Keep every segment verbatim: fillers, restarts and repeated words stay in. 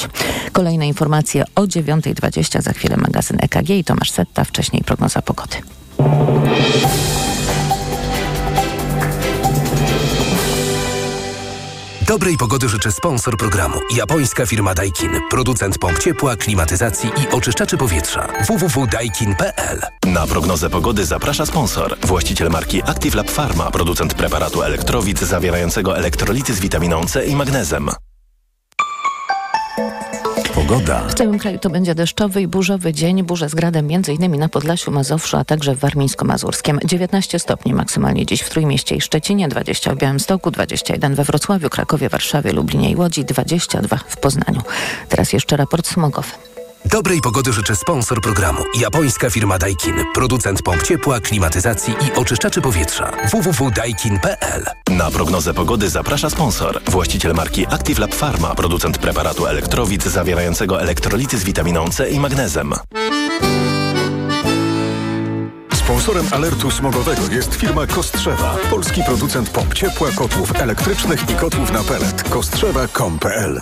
dziś. Kolejne informacje o dziewiąta dwadzieścia, za chwilę magazyn E K G i Tomasz Setta, wcześniej prognoza pogody. Dobrej pogody życzę sponsor programu. Japońska firma Daikin. Producent pomp ciepła, klimatyzacji i oczyszczaczy powietrza. w w w kropka daikin kropka p l. Na prognozę pogody zaprasza sponsor. Właściciel marki Active Lab Pharma. Producent preparatu elektrowid zawierającego elektrolity z witaminą C i magnezem. Pogoda. W całym kraju to będzie deszczowy i burzowy dzień. Burze z gradem m.in. na Podlasiu, Mazowszu, a także w Warmińsko-Mazurskiem. dziewiętnaście stopni maksymalnie dziś w Trójmieście i Szczecinie, dwadzieścia w Białymstoku, dwadzieścia jeden we Wrocławiu, Krakowie, Warszawie, Lublinie i Łodzi, dwadzieścia dwa w Poznaniu. Teraz jeszcze raport smogowy. Dobrej pogody życzę sponsor programu. Japońska firma Daikin. Producent pomp ciepła, klimatyzacji i oczyszczaczy powietrza. w w w kropka daikin kropka p l. Na prognozę pogody zaprasza sponsor. Właściciel marki Active Lab Pharma. Producent preparatu elektrowid zawierającego elektrolity z witaminą C i magnezem. Sponsorem alertu smogowego jest firma Kostrzewa. Polski producent pomp ciepła, kotłów elektrycznych i kotłów na pelet. kostrzewa kropka com kropka p l.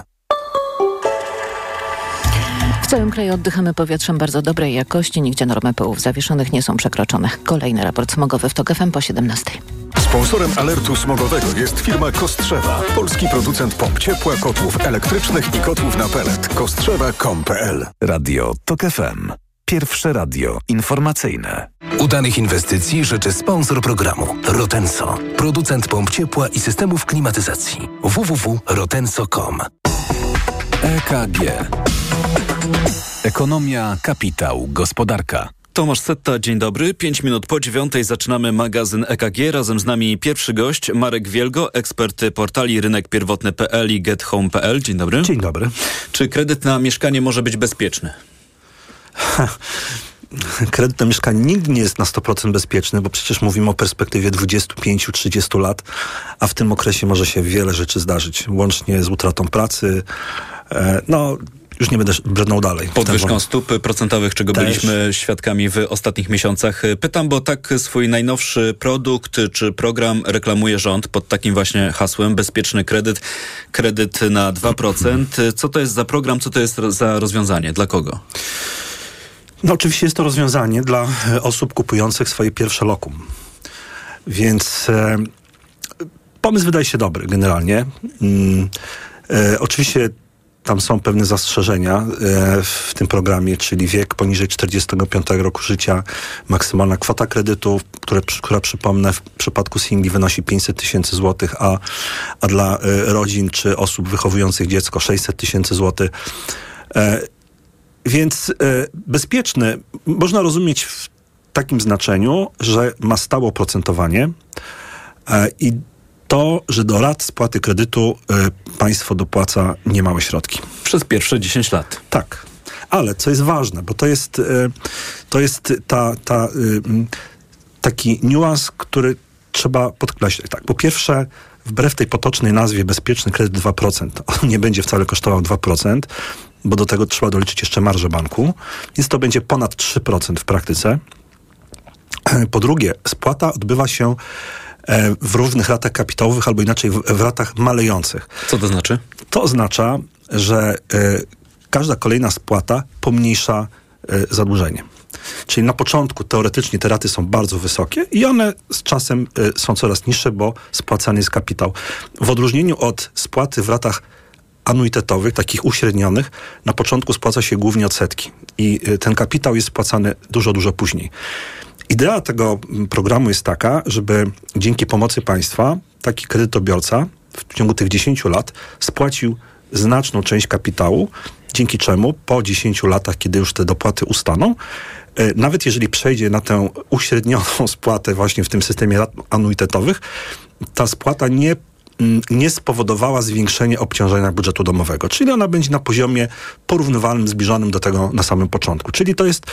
W całym kraju oddychamy powietrzem bardzo dobrej jakości. Nigdzie normy pyłów zawieszonych nie są przekroczone. Kolejny raport smogowy w TOK F M po siedemnastej. Sponsorem alertu smogowego jest firma Kostrzewa. Polski producent pomp ciepła, kotłów elektrycznych i kotłów na pelet. kostrzewa kropka com kropka p l. Radio TOK F M. Pierwsze radio informacyjne. Udanych inwestycji życzy sponsor programu. Rotenso. Producent pomp ciepła i systemów klimatyzacji. w w w kropka rotenso kropka com. E K G. Ekonomia, kapitał, gospodarka. Tomasz Setta, dzień dobry. Pięć minut po dziewiątej zaczynamy magazyn E K G. Razem z nami pierwszy gość, Marek Wielgo, ekspert portali rynek pierwotny kropka p l i get home kropka p l. Dzień dobry. Dzień dobry. Czy kredyt na mieszkanie może być bezpieczny? Kredyt na mieszkanie nigdy nie jest na sto procent bezpieczny, bo przecież mówimy o perspektywie dwudziestu pięciu do trzydziestu lat, a w tym okresie może się wiele rzeczy zdarzyć, łącznie z utratą pracy. E, no, już nie będę brnął dalej. Podwyżką stóp procentowych, czego Też. byliśmy świadkami w ostatnich miesiącach. Pytam, bo tak swój najnowszy produkt czy program reklamuje rząd pod takim właśnie hasłem: bezpieczny kredyt, kredyt na dwa procent. Co to jest za program, co to jest za rozwiązanie, dla kogo? No oczywiście jest to rozwiązanie dla osób kupujących swoje pierwsze lokum. Więc e, pomysł wydaje się dobry generalnie. Mm, e, oczywiście tam są pewne zastrzeżenia e, w tym programie, czyli wiek poniżej czterdziestego piątego roku życia, maksymalna kwota kredytu, które, która przypomnę w przypadku singli wynosi pięćset tysięcy złotych, a, a dla e, rodzin czy osób wychowujących dziecko sześćset tysięcy złotych. E, Więc e, bezpieczny można rozumieć w takim znaczeniu, że ma stałe oprocentowanie e, i to, że do rat spłaty kredytu e, państwo dopłaca niemałe środki. Przez pierwsze dziesięć lat. Tak, ale co jest ważne, bo to jest, e, to jest ta, ta, e, taki niuans, który trzeba podkreślić. Tak, po pierwsze, wbrew tej potocznej nazwie bezpieczny kredyt dwa procent, on nie będzie wcale kosztował dwa procent, bo do tego trzeba doliczyć jeszcze marżę banku, więc to będzie ponad trzy procent w praktyce. Po drugie, spłata odbywa się w różnych ratach kapitałowych, albo inaczej w, w ratach malejących. Co to znaczy? To oznacza, że y, każda kolejna spłata pomniejsza y, zadłużenie. Czyli na początku teoretycznie te raty są bardzo wysokie i one z czasem y, są coraz niższe, bo spłacany jest kapitał. W odróżnieniu od spłaty w ratach anuitetowych, takich uśrednionych, na początku spłaca się głównie odsetki i y, ten kapitał jest spłacany dużo, dużo później. Idea tego programu jest taka, żeby dzięki pomocy państwa taki kredytobiorca w ciągu tych dziesięciu lat spłacił znaczną część kapitału, dzięki czemu po dziesięciu latach, kiedy już te dopłaty ustaną, nawet jeżeli przejdzie na tę uśrednioną spłatę właśnie w tym systemie rat anuitetowych, ta spłata nie nie spowodowała zwiększenia obciążenia budżetu domowego. Czyli ona będzie na poziomie porównywalnym, zbliżonym do tego na samym początku. Czyli to jest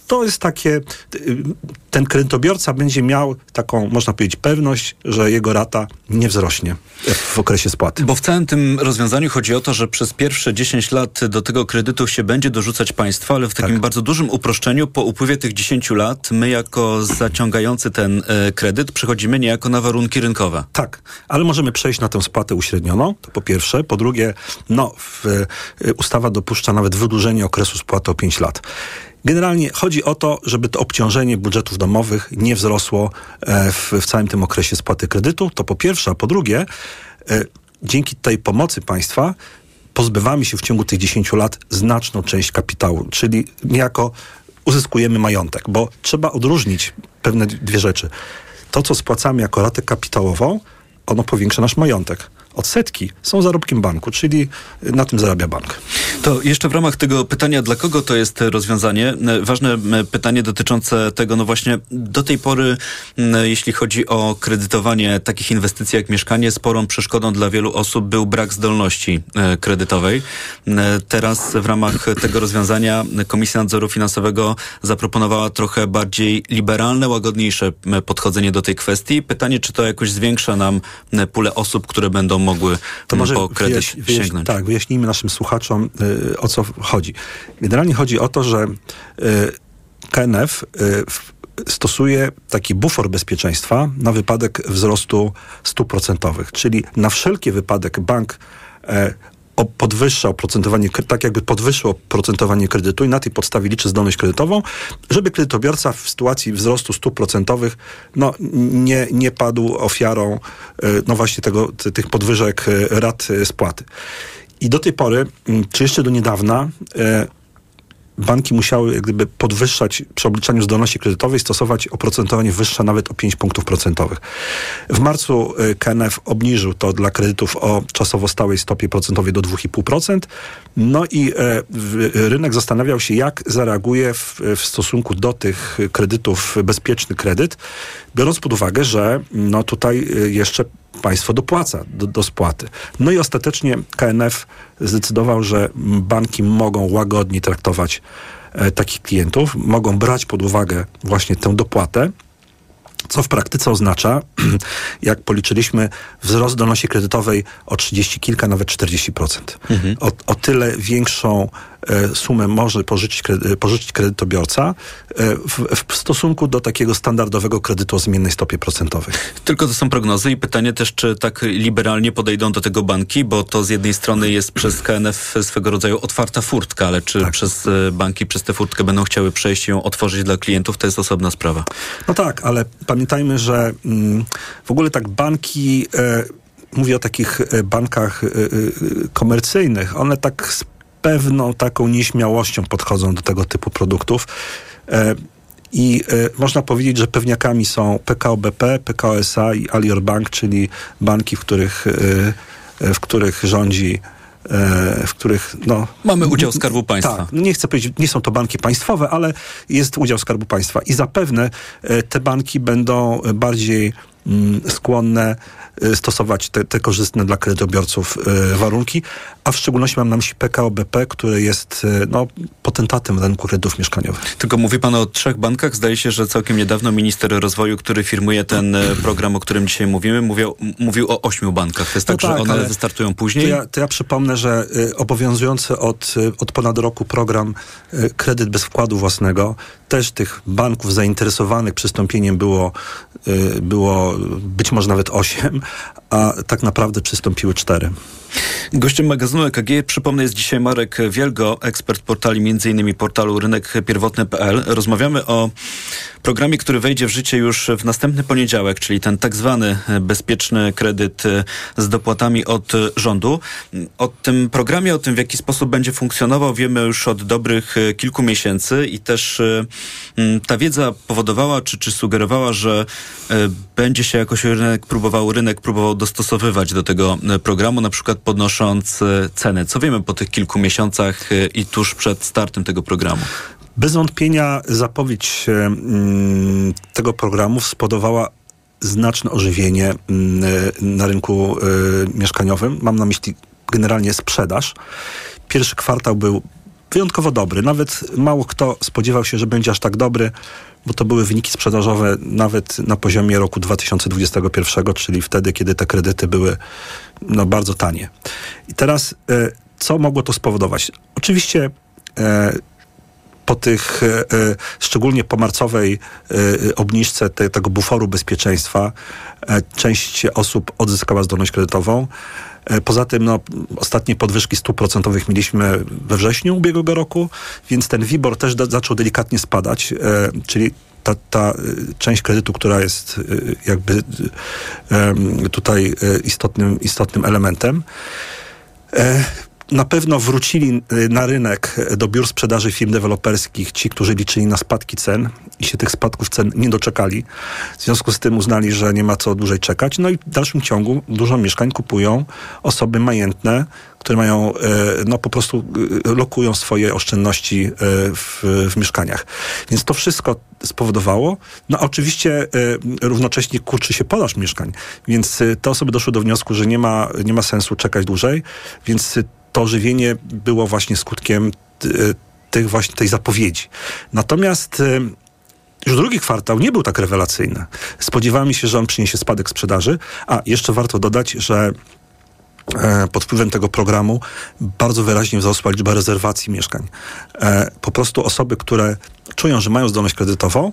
to jest takie, ten kredytobiorca będzie miał taką, można powiedzieć, pewność, że jego rata nie wzrośnie w okresie spłaty. Bo w całym tym rozwiązaniu chodzi o to, że przez pierwsze dziesięć lat do tego kredytu się będzie dorzucać państwo, ale w takim tak. bardzo dużym uproszczeniu po upływie tych dziesięciu lat my jako zaciągający ten e, kredyt przechodzimy niejako na warunki rynkowe. Tak, ale możemy przejść na tę spłatę uśrednioną, to po pierwsze. Po drugie, no, w, y, ustawa dopuszcza nawet wydłużenie okresu spłaty o pięć lat. Generalnie chodzi o to, żeby to obciążenie budżetów domowych nie wzrosło e, w, w całym tym okresie spłaty kredytu, to po pierwsze, a po drugie, e, dzięki tej pomocy państwa pozbywamy się w ciągu tych dziesięciu lat znaczną część kapitału, czyli niejako uzyskujemy majątek, bo trzeba odróżnić pewne dwie rzeczy. To, co spłacamy jako ratę kapitałową, ono powiększa nasz majątek. Odsetki są zarobkiem banku, czyli na tym zarabia bank. To jeszcze w ramach tego pytania, dla kogo to jest rozwiązanie? Ważne pytanie dotyczące tego, no właśnie do tej pory, jeśli chodzi o kredytowanie takich inwestycji jak mieszkanie, sporą przeszkodą dla wielu osób był brak zdolności kredytowej. Teraz w ramach tego rozwiązania Komisja Nadzoru Finansowego zaproponowała trochę bardziej liberalne, łagodniejsze podchodzenie do tej kwestii. Pytanie, czy to jakoś zwiększa nam pulę osób, które będą mogły to może po kredyt wyjaś, wyjaś, sięgnąć. Tak, wyjaśnijmy naszym słuchaczom, y, o co chodzi. Generalnie chodzi o to, że y, K N F y, stosuje taki bufor bezpieczeństwa na wypadek wzrostu stóp procentowych, czyli na wszelki wypadek bank y, podwyższa oprocentowanie, tak jakby podwyższyło oprocentowanie kredytu i na tej podstawie liczy zdolność kredytową, żeby kredytobiorca w sytuacji wzrostu stóp procentowych no, nie, nie padł ofiarą no właśnie tego, tych podwyżek rat spłaty. I do tej pory, czy jeszcze do niedawna, banki musiały jak gdyby podwyższać przy obliczaniu zdolności kredytowej, stosować oprocentowanie wyższe nawet o pięć punktów procentowych. W marcu K N F obniżył to dla kredytów o czasowo stałej stopie procentowej do dwa i pół procent. No i e, w, rynek zastanawiał się, jak zareaguje w, w stosunku do tych kredytów bezpieczny kredyt, biorąc pod uwagę, że no tutaj jeszcze państwo dopłaca do, do spłaty. No i ostatecznie K N F zdecydował, że banki mogą łagodnie traktować e, takich klientów, mogą brać pod uwagę właśnie tę dopłatę, co w praktyce oznacza, jak policzyliśmy, wzrost zdolności kredytowej o trzydzieści kilka, nawet czterdzieści procent. Mhm. O, o tyle większą e, sumę może pożyczyć, kredy, pożyczyć kredytobiorca e, w, w stosunku do takiego standardowego kredytu o zmiennej stopie procentowej. Tylko to są prognozy i pytanie też, czy tak liberalnie podejdą do tego banki, bo to z jednej strony jest przez K N F swego rodzaju otwarta furtka, ale czy tak. przez banki przez tę furtkę będą chciały przejść i ją otworzyć dla klientów, to jest osobna sprawa. No tak, ale pamiętajmy, że mm, w ogóle tak banki, e, mówię o takich bankach e, e, komercyjnych, one tak z pewną taką nieśmiałością podchodzą do tego typu produktów. E, I e, można powiedzieć, że pewniakami są P K O B P, P K O S A i Alior Bank, czyli banki, w których, e, w których rządzi w których, no... Mamy udział Skarbu Państwa. Tak, nie chcę powiedzieć, nie są to banki państwowe, ale jest udział Skarbu Państwa i zapewne te banki będą bardziej mm, skłonne stosować te, te korzystne dla kredytobiorców y, warunki, a w szczególności mam na myśli P K O B P, które jest y, no, potentatem rynku kredytów mieszkaniowych. Tylko mówi pan o trzech bankach. Zdaje się, że całkiem niedawno minister rozwoju, który firmuje ten program, o którym dzisiaj mówimy, mówił, mówił o ośmiu bankach. To jest no tak, tak, że one wystartują później? To ja, to ja przypomnę, że y, obowiązujący od, y, od ponad roku program y, Kredyt bez wkładu własnego, też tych banków zainteresowanych przystąpieniem było, y, było być może nawet osiem, a tak naprawdę przystąpiły cztery. Gościem magazynu E K G, przypomnę, jest dzisiaj Marek Wielgo, ekspert portali, między innymi portalu rynek pierwotny kropka p l. Rozmawiamy o programie, który wejdzie w życie już w następny poniedziałek, czyli ten tak zwany bezpieczny kredyt z dopłatami od rządu. O tym programie, o tym, w jaki sposób będzie funkcjonował, wiemy już od dobrych kilku miesięcy i też ta wiedza powodowała, czy, czy sugerowała, że będzie się jakoś rynek próbował, rynek próbował dostosowywać do tego programu, na przykład podnosząc ceny. Co wiemy po tych kilku miesiącach i tuż przed startem tego programu? Bez wątpienia zapowiedź mm, tego programu spowodowała znaczne ożywienie mm, na rynku y, mieszkaniowym. Mam na myśli generalnie sprzedaż. Pierwszy kwartał był wyjątkowo dobry. Nawet mało kto spodziewał się, że będzie aż tak dobry, bo to były wyniki sprzedażowe nawet na poziomie roku dwa tysiące dwudziestego pierwszego, czyli wtedy, kiedy te kredyty były no, bardzo tanie. I teraz e, co mogło to spowodować? Oczywiście e, po tych, e, szczególnie po marcowej e, obniżce te, tego buforu bezpieczeństwa, e, część osób odzyskała zdolność kredytową. E, poza tym no, ostatnie podwyżki stóp procentowych mieliśmy we wrześniu ubiegłego roku, więc ten WIBOR też da, zaczął delikatnie spadać, e, czyli ta, ta część kredytu, która jest jakby e, tutaj istotnym, istotnym elementem. E, Na pewno wrócili na rynek do biur sprzedaży firm deweloperskich ci, którzy liczyli na spadki cen i się tych spadków cen nie doczekali. W związku z tym uznali, że nie ma co dłużej czekać. No i w dalszym ciągu dużo mieszkań kupują osoby majętne, które mają, no po prostu lokują swoje oszczędności w, w mieszkaniach. Więc to wszystko spowodowało. No oczywiście równocześnie kurczy się podaż mieszkań, więc te osoby doszły do wniosku, że nie ma, nie ma sensu czekać dłużej, więc to ożywienie było właśnie skutkiem tych właśnie tej zapowiedzi. Natomiast już drugi kwartał nie był tak rewelacyjny. Spodziewałem się, że on przyniesie spadek sprzedaży, a jeszcze warto dodać, że pod wpływem tego programu bardzo wyraźnie wzrosła liczba rezerwacji mieszkań. Po prostu osoby, które czują, że mają zdolność kredytową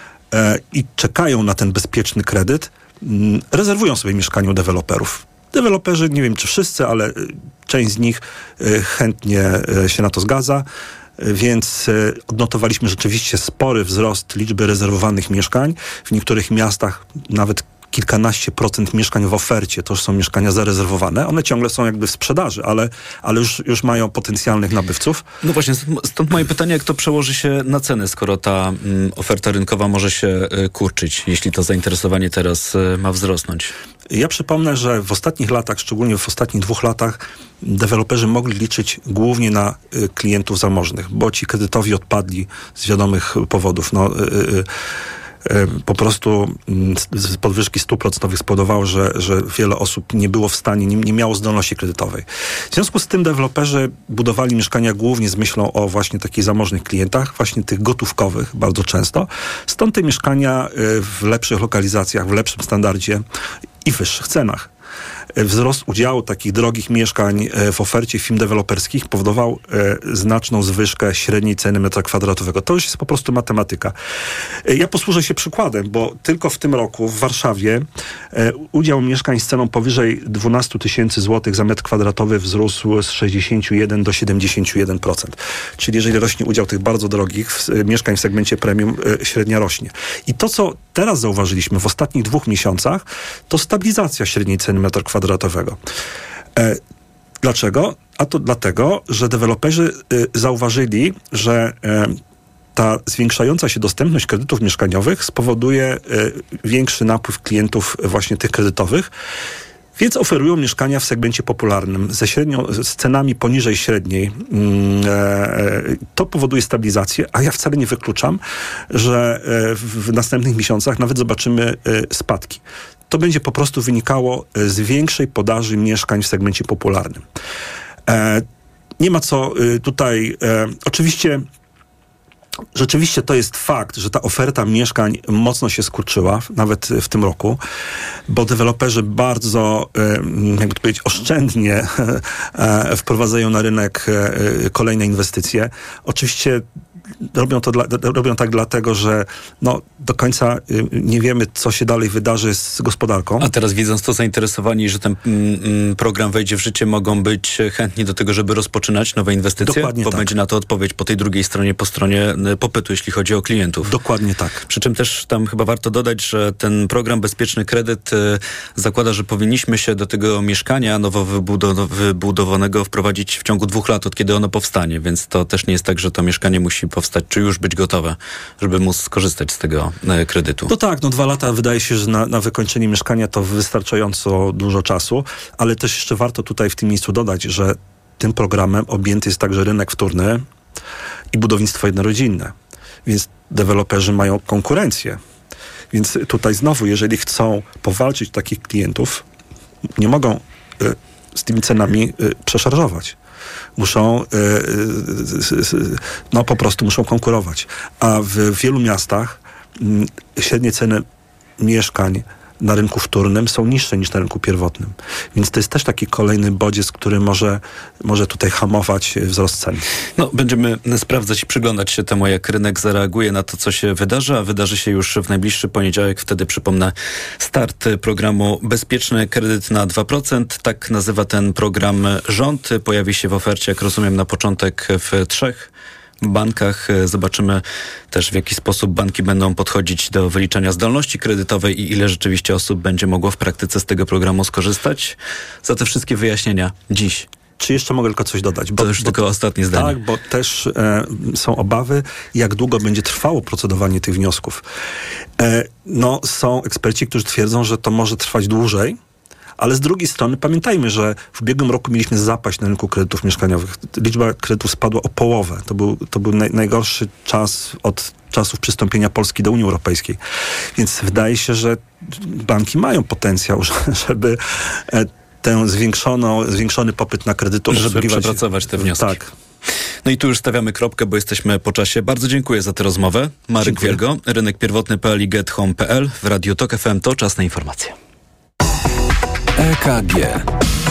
i czekają na ten bezpieczny kredyt, rezerwują sobie mieszkanie u deweloperów. Deweloperzy, nie wiem czy wszyscy, ale część z nich chętnie się na to zgadza, więc odnotowaliśmy rzeczywiście spory wzrost liczby rezerwowanych mieszkań. W niektórych miastach nawet kilkanaście procent mieszkań w ofercie to już są mieszkania zarezerwowane. One ciągle są jakby w sprzedaży, ale, ale już, już mają potencjalnych nabywców. No właśnie, stąd, stąd moje pytanie, jak to przełoży się na ceny, skoro ta mm, oferta rynkowa może się y, kurczyć, jeśli to zainteresowanie teraz y, ma wzrosnąć? Ja przypomnę, że w ostatnich latach, szczególnie w ostatnich dwóch latach, deweloperzy mogli liczyć głównie na y, klientów zamożnych, bo ci kredytowi odpadli z wiadomych powodów. No, y, y, po prostu podwyżki stóp procentowych spowodowało, że, że wiele osób nie było w stanie, nie, nie miało zdolności kredytowej. W związku z tym deweloperzy budowali mieszkania głównie z myślą o właśnie takich zamożnych klientach, właśnie tych gotówkowych bardzo często. Stąd te mieszkania w lepszych lokalizacjach, w lepszym standardzie i wyższych cenach. Wzrost udziału takich drogich mieszkań w ofercie firm deweloperskich powodował e, znaczną zwyżkę średniej ceny metra kwadratowego. To już jest po prostu matematyka. E, ja posłużę się przykładem, bo tylko w tym roku w Warszawie e, udział mieszkań z ceną powyżej dwanaście tysięcy złotych za metr kwadratowy wzrósł z sześćdziesiąt jeden do siedemdziesiąt jeden procent. Czyli jeżeli rośnie udział tych bardzo drogich w, e, mieszkań w segmencie premium, e, średnia rośnie. I to, co teraz zauważyliśmy w ostatnich dwóch miesiącach, to stabilizacja średniej ceny metra kwadratowego. Kwadratowego. E, dlaczego? A to dlatego, że deweloperzy e, zauważyli, że e, ta zwiększająca się dostępność kredytów mieszkaniowych spowoduje e, większy napływ klientów właśnie tych kredytowych, więc oferują mieszkania w segmencie popularnym ze średnią, z cenami poniżej średniej. E, to powoduje stabilizację, a ja wcale nie wykluczam, że e, w następnych miesiącach nawet zobaczymy e, spadki. To będzie po prostu wynikało z większej podaży mieszkań w segmencie popularnym. E, nie ma co y, tutaj... E, oczywiście Rzeczywiście to jest fakt, że ta oferta mieszkań mocno się skurczyła, nawet w tym roku, bo deweloperzy bardzo, jakby to powiedzieć, oszczędnie wprowadzają na rynek kolejne inwestycje. Oczywiście robią to dla, robią tak dlatego, że no, do końca nie wiemy, co się dalej wydarzy z gospodarką. A teraz widząc to zainteresowani, że ten mm, program wejdzie w życie, mogą być chętni do tego, żeby rozpoczynać nowe inwestycje? Dokładnie bo tak. Będzie na to odpowiedź po tej drugiej stronie, po stronie popytu, jeśli chodzi o klientów. Dokładnie tak. Przy czym też tam chyba warto dodać, że ten program Bezpieczny Kredyt y, zakłada, że powinniśmy się do tego mieszkania nowo wybudow- wybudowanego wprowadzić w ciągu dwóch lat, od kiedy ono powstanie, więc to też nie jest tak, że to mieszkanie musi powstać, czy już być gotowe, żeby móc skorzystać z tego y, kredytu. No tak, no dwa lata wydaje się, że na, na wykończenie mieszkania to wystarczająco dużo czasu, ale też jeszcze warto tutaj w tym miejscu dodać, że tym programem objęty jest także rynek wtórny i budownictwo jednorodzinne. Więc deweloperzy mają konkurencję. Więc tutaj znowu, jeżeli chcą powalczyć takich klientów, nie mogą y, z tymi cenami y, przeszarżować. Muszą, no po prostu muszą konkurować. A w wielu miastach średnie ceny mieszkań na rynku wtórnym są niższe niż na rynku pierwotnym. Więc to jest też taki kolejny bodziec, który może, może tutaj hamować wzrost cen. No, będziemy sprawdzać i przyglądać się temu, jak rynek zareaguje na to, co się wydarzy, a wydarzy się już w najbliższy poniedziałek. Wtedy, przypomnę, start programu Bezpieczny Kredyt na dwa procent. Tak nazywa ten program rząd. Pojawi się w ofercie, jak rozumiem, na początek w trzech bankach. Zobaczymy też, w jaki sposób banki będą podchodzić do wyliczania zdolności kredytowej i ile rzeczywiście osób będzie mogło w praktyce z tego programu skorzystać. Za te wszystkie wyjaśnienia dziś. Czy jeszcze mogę tylko coś dodać? Bo, to już bo, tylko ostatnie zdanie. Tak, bo też e, są obawy, jak długo będzie trwało procedowanie tych wniosków. E, no, są eksperci, którzy twierdzą, że to może trwać dłużej, ale z drugiej strony pamiętajmy, że w ubiegłym roku mieliśmy zapaść na rynku kredytów mieszkaniowych. Liczba kredytów spadła o połowę. To był, to był naj, najgorszy czas od czasów przystąpienia Polski do Unii Europejskiej. Więc wydaje się, że banki mają potencjał, żeby ten zwiększony popyt na kredyty żeby przepracować te wnioski. Tak. No i tu już stawiamy kropkę, bo jesteśmy po czasie. Bardzo dziękuję za tę rozmowę. Marek dziękuję. Wielgo, rynek pierwotny kropka p l i get home kropka p l. W Radiu Tok F M to czas na informacje. E K G.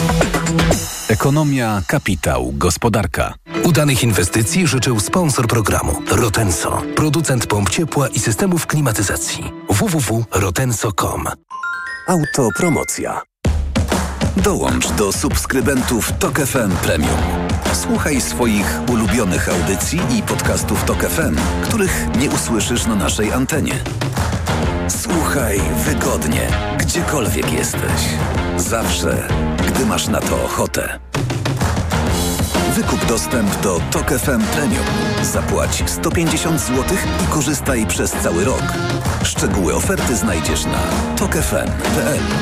Ekonomia, kapitał, gospodarka. Udanych inwestycji życzył sponsor programu Rotenso, producent pomp ciepła i systemów klimatyzacji. w w w kropka rotenso kropka com. Autopromocja. Dołącz do subskrybentów Tok F M Premium. Słuchaj swoich ulubionych audycji i podcastów Tok F M, których nie usłyszysz na naszej antenie. Słuchaj wygodnie, gdziekolwiek jesteś. Zawsze, gdy masz na to ochotę. Wykup dostęp do Tok F M Premium. Zapłać sto pięćdziesiąt złotych i korzystaj przez cały rok. Szczegóły oferty znajdziesz na tok f m kropka p l.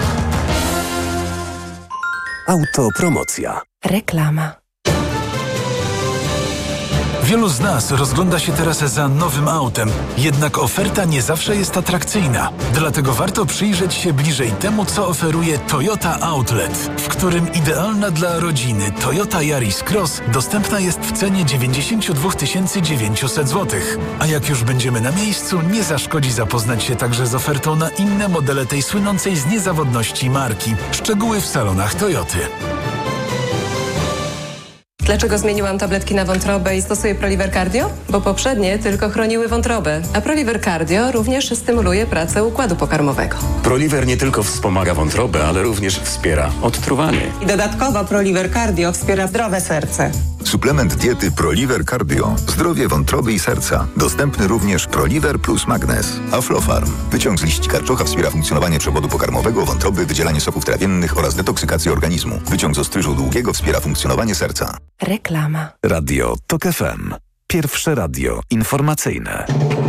Autopromocja. Reklama. Wielu z nas rozgląda się teraz za nowym autem, jednak oferta nie zawsze jest atrakcyjna. Dlatego warto przyjrzeć się bliżej temu, co oferuje Toyota Outlet, w którym idealna dla rodziny Toyota Yaris Cross dostępna jest w cenie dziewięćdziesiąt dwa tysiące dziewięćset złotych. A jak już będziemy na miejscu, nie zaszkodzi zapoznać się także z ofertą na inne modele tej słynącej z niezawodności marki. Szczegóły w salonach Toyoty. Dlaczego zmieniłam tabletki na wątrobę i stosuję Proliver Cardio? Bo poprzednie tylko chroniły wątrobę, a Proliver Cardio również stymuluje pracę układu pokarmowego. Proliver nie tylko wspomaga wątrobę, ale również wspiera odtruwanie. I dodatkowo Proliver Cardio wspiera zdrowe serce. Suplement diety Proliver Cardio. Zdrowie wątroby i serca. Dostępny również Proliver plus Magnez. Aflofarm. Wyciąg z liści karczocha wspiera funkcjonowanie przewodu pokarmowego, wątroby, wydzielanie soków trawiennych oraz detoksykację organizmu. Wyciąg z ostryżu długiego wspiera funkcjonowanie serca. Reklama. Radio Tok F M. Pierwsze radio informacyjne.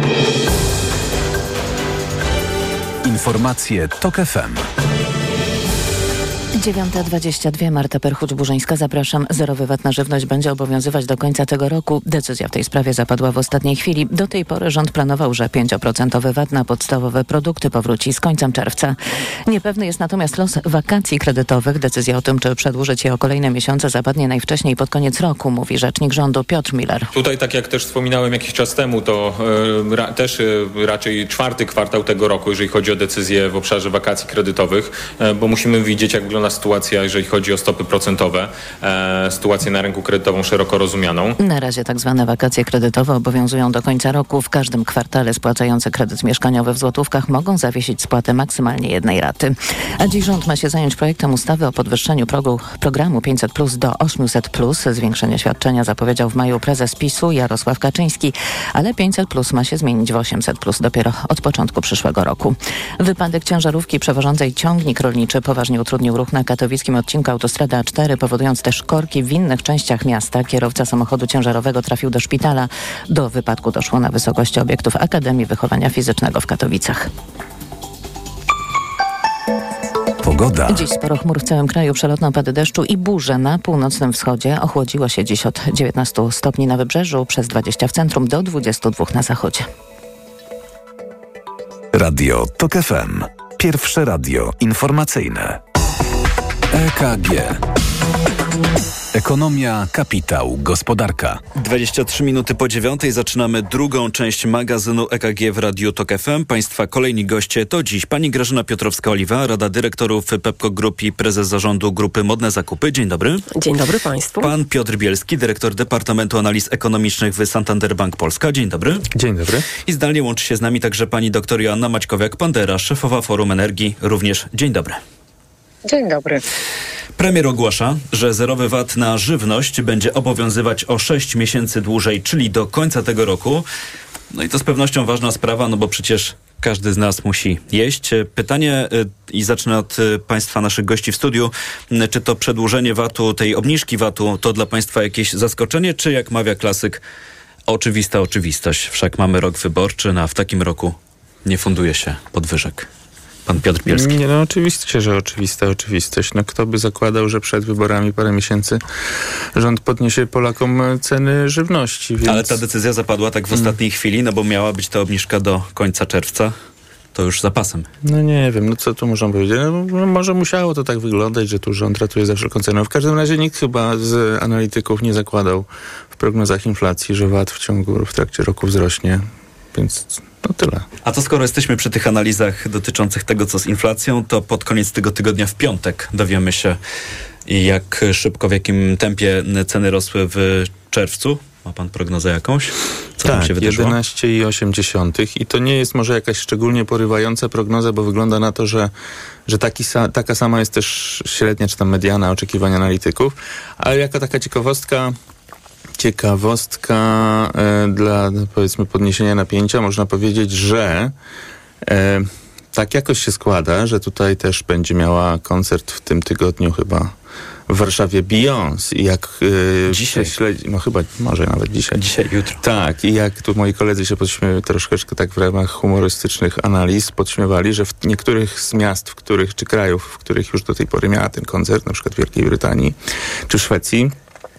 Informacje Tok F M. dziewiąta dwadzieścia dwa, Marta Perchuć-Burzyńska, zapraszam. Zerowy V A T na żywność będzie obowiązywać do końca tego roku. Decyzja w tej sprawie zapadła w ostatniej chwili. Do tej pory rząd planował, że pięć procent V A T na podstawowe produkty powróci z końcem czerwca. Niepewny jest natomiast los wakacji kredytowych. Decyzja o tym, czy przedłużyć je o kolejne miesiące, zapadnie najwcześniej pod koniec roku, mówi rzecznik rządu Piotr Miller. Tutaj, tak jak też wspominałem jakiś czas temu, to y, ra, też y, raczej czwarty kwartał tego roku, jeżeli chodzi o decyzje w obszarze wakacji kredytowych, y, bo musimy widzieć, jak wygląda sytuacja, jeżeli chodzi o stopy procentowe, e, sytuację na rynku kredytową szeroko rozumianą. Na razie tak zwane wakacje kredytowe obowiązują do końca roku. W każdym kwartale spłacający kredyt mieszkaniowy w złotówkach mogą zawiesić spłatę maksymalnie jednej raty. A dziś rząd ma się zająć projektem ustawy o podwyższeniu progu programu pięćset plus do osiemset plus. Zwiększenie świadczenia zapowiedział w maju prezes PiSu Jarosław Kaczyński, ale pięćset plus ma się zmienić w osiemset plus dopiero od początku przyszłego roku. Wypadek ciężarówki przewożącej ciągnik rolniczy poważnie utrudnił ruch na katowickim odcinku autostrady A cztery, powodując też korki w innych częściach miasta. Kierowca samochodu ciężarowego trafił do szpitala. Do wypadku doszło na wysokości obiektów Akademii Wychowania Fizycznego w Katowicach. Pogoda. Dziś sporo chmur w całym kraju, przelotne opady deszczu i burze na północnym wschodzie. Ochłodziło się dziś od dziewiętnastu stopni na wybrzeżu, przez dwadzieścia w centrum, do dwudziestu dwóch na zachodzie. Radio Tok F M. Pierwsze radio informacyjne. E K G. Ekonomia, kapitał, gospodarka. dwadzieścia trzy minuty po dziewiątej zaczynamy drugą część magazynu E K G w Radiu Tok F M. Państwa kolejni goście to dziś pani Grażyna Piotrowska-Oliwa, Rada Dyrektorów Pepco Group i prezes zarządu Grupy Modne Zakupy. Dzień dobry. Dzień dobry państwu. Pan Piotr Bielski, dyrektor Departamentu Analiz Ekonomicznych w Santander Bank Polska. Dzień dobry. Dzień dobry. I zdalnie łączy się z nami także pani dr Joanna Maćkowiak-Pandera, szefowa Forum Energii. Również dzień dobry. Dzień dobry. Premier ogłasza, że zerowy V A T na żywność będzie obowiązywać o sześć miesięcy dłużej, czyli do końca tego roku. No i to z pewnością ważna sprawa, no bo przecież każdy z nas musi jeść. Pytanie, i zacznę od państwa, naszych gości w studiu, czy to przedłużenie V A T u, tej obniżki V A T u, to dla państwa jakieś zaskoczenie, czy jak mawia klasyk, oczywista oczywistość. Wszak mamy rok wyborczy, no a w takim roku nie funduje się podwyżek. Pan Piotr Bielski. Nie, no oczywiście, że oczywista oczywistość. No kto by zakładał, że przed wyborami parę miesięcy rząd podniesie Polakom ceny żywności. Więc... Ale ta decyzja zapadła tak w ostatniej hmm. chwili, no bo miała być ta obniżka do końca czerwca. To już zapasem. No nie wiem, no co tu można powiedzieć? No, może musiało to tak wyglądać, że tu rząd ratuje za wszelką cenę. W każdym razie nikt chyba z analityków nie zakładał w prognozach inflacji, że V A T w ciągu, w trakcie roku wzrośnie. Więc no tyle. A to skoro jesteśmy przy tych analizach dotyczących tego, co z inflacją, to pod koniec tego tygodnia w piątek dowiemy się, jak szybko, w jakim tempie ceny rosły w czerwcu. Ma pan prognozę jakąś? Co tak, tam się wydarzyło? jedenaście przecinek osiem i to nie jest może jakaś szczególnie porywająca prognoza, bo wygląda na to, że, że taki, taka sama jest też średnia czy tam mediana oczekiwań analityków, ale jako taka ciekawostka Ciekawostka e, dla, powiedzmy, podniesienia napięcia. Można powiedzieć, że e, tak jakoś się składa, że tutaj też będzie miała koncert w tym tygodniu chyba w Warszawie Beyoncé. I jak e, dzisiaj? Śledzi, no chyba, może nawet dzisiaj. Dzisiaj, jutro. Tak. I jak tu moi koledzy się podśmiewali, troszeczkę tak w ramach humorystycznych analiz podśmiewali, że w niektórych z miast, w których, czy krajów, w których już do tej pory miała ten koncert, na przykład w Wielkiej Brytanii czy w Szwecji,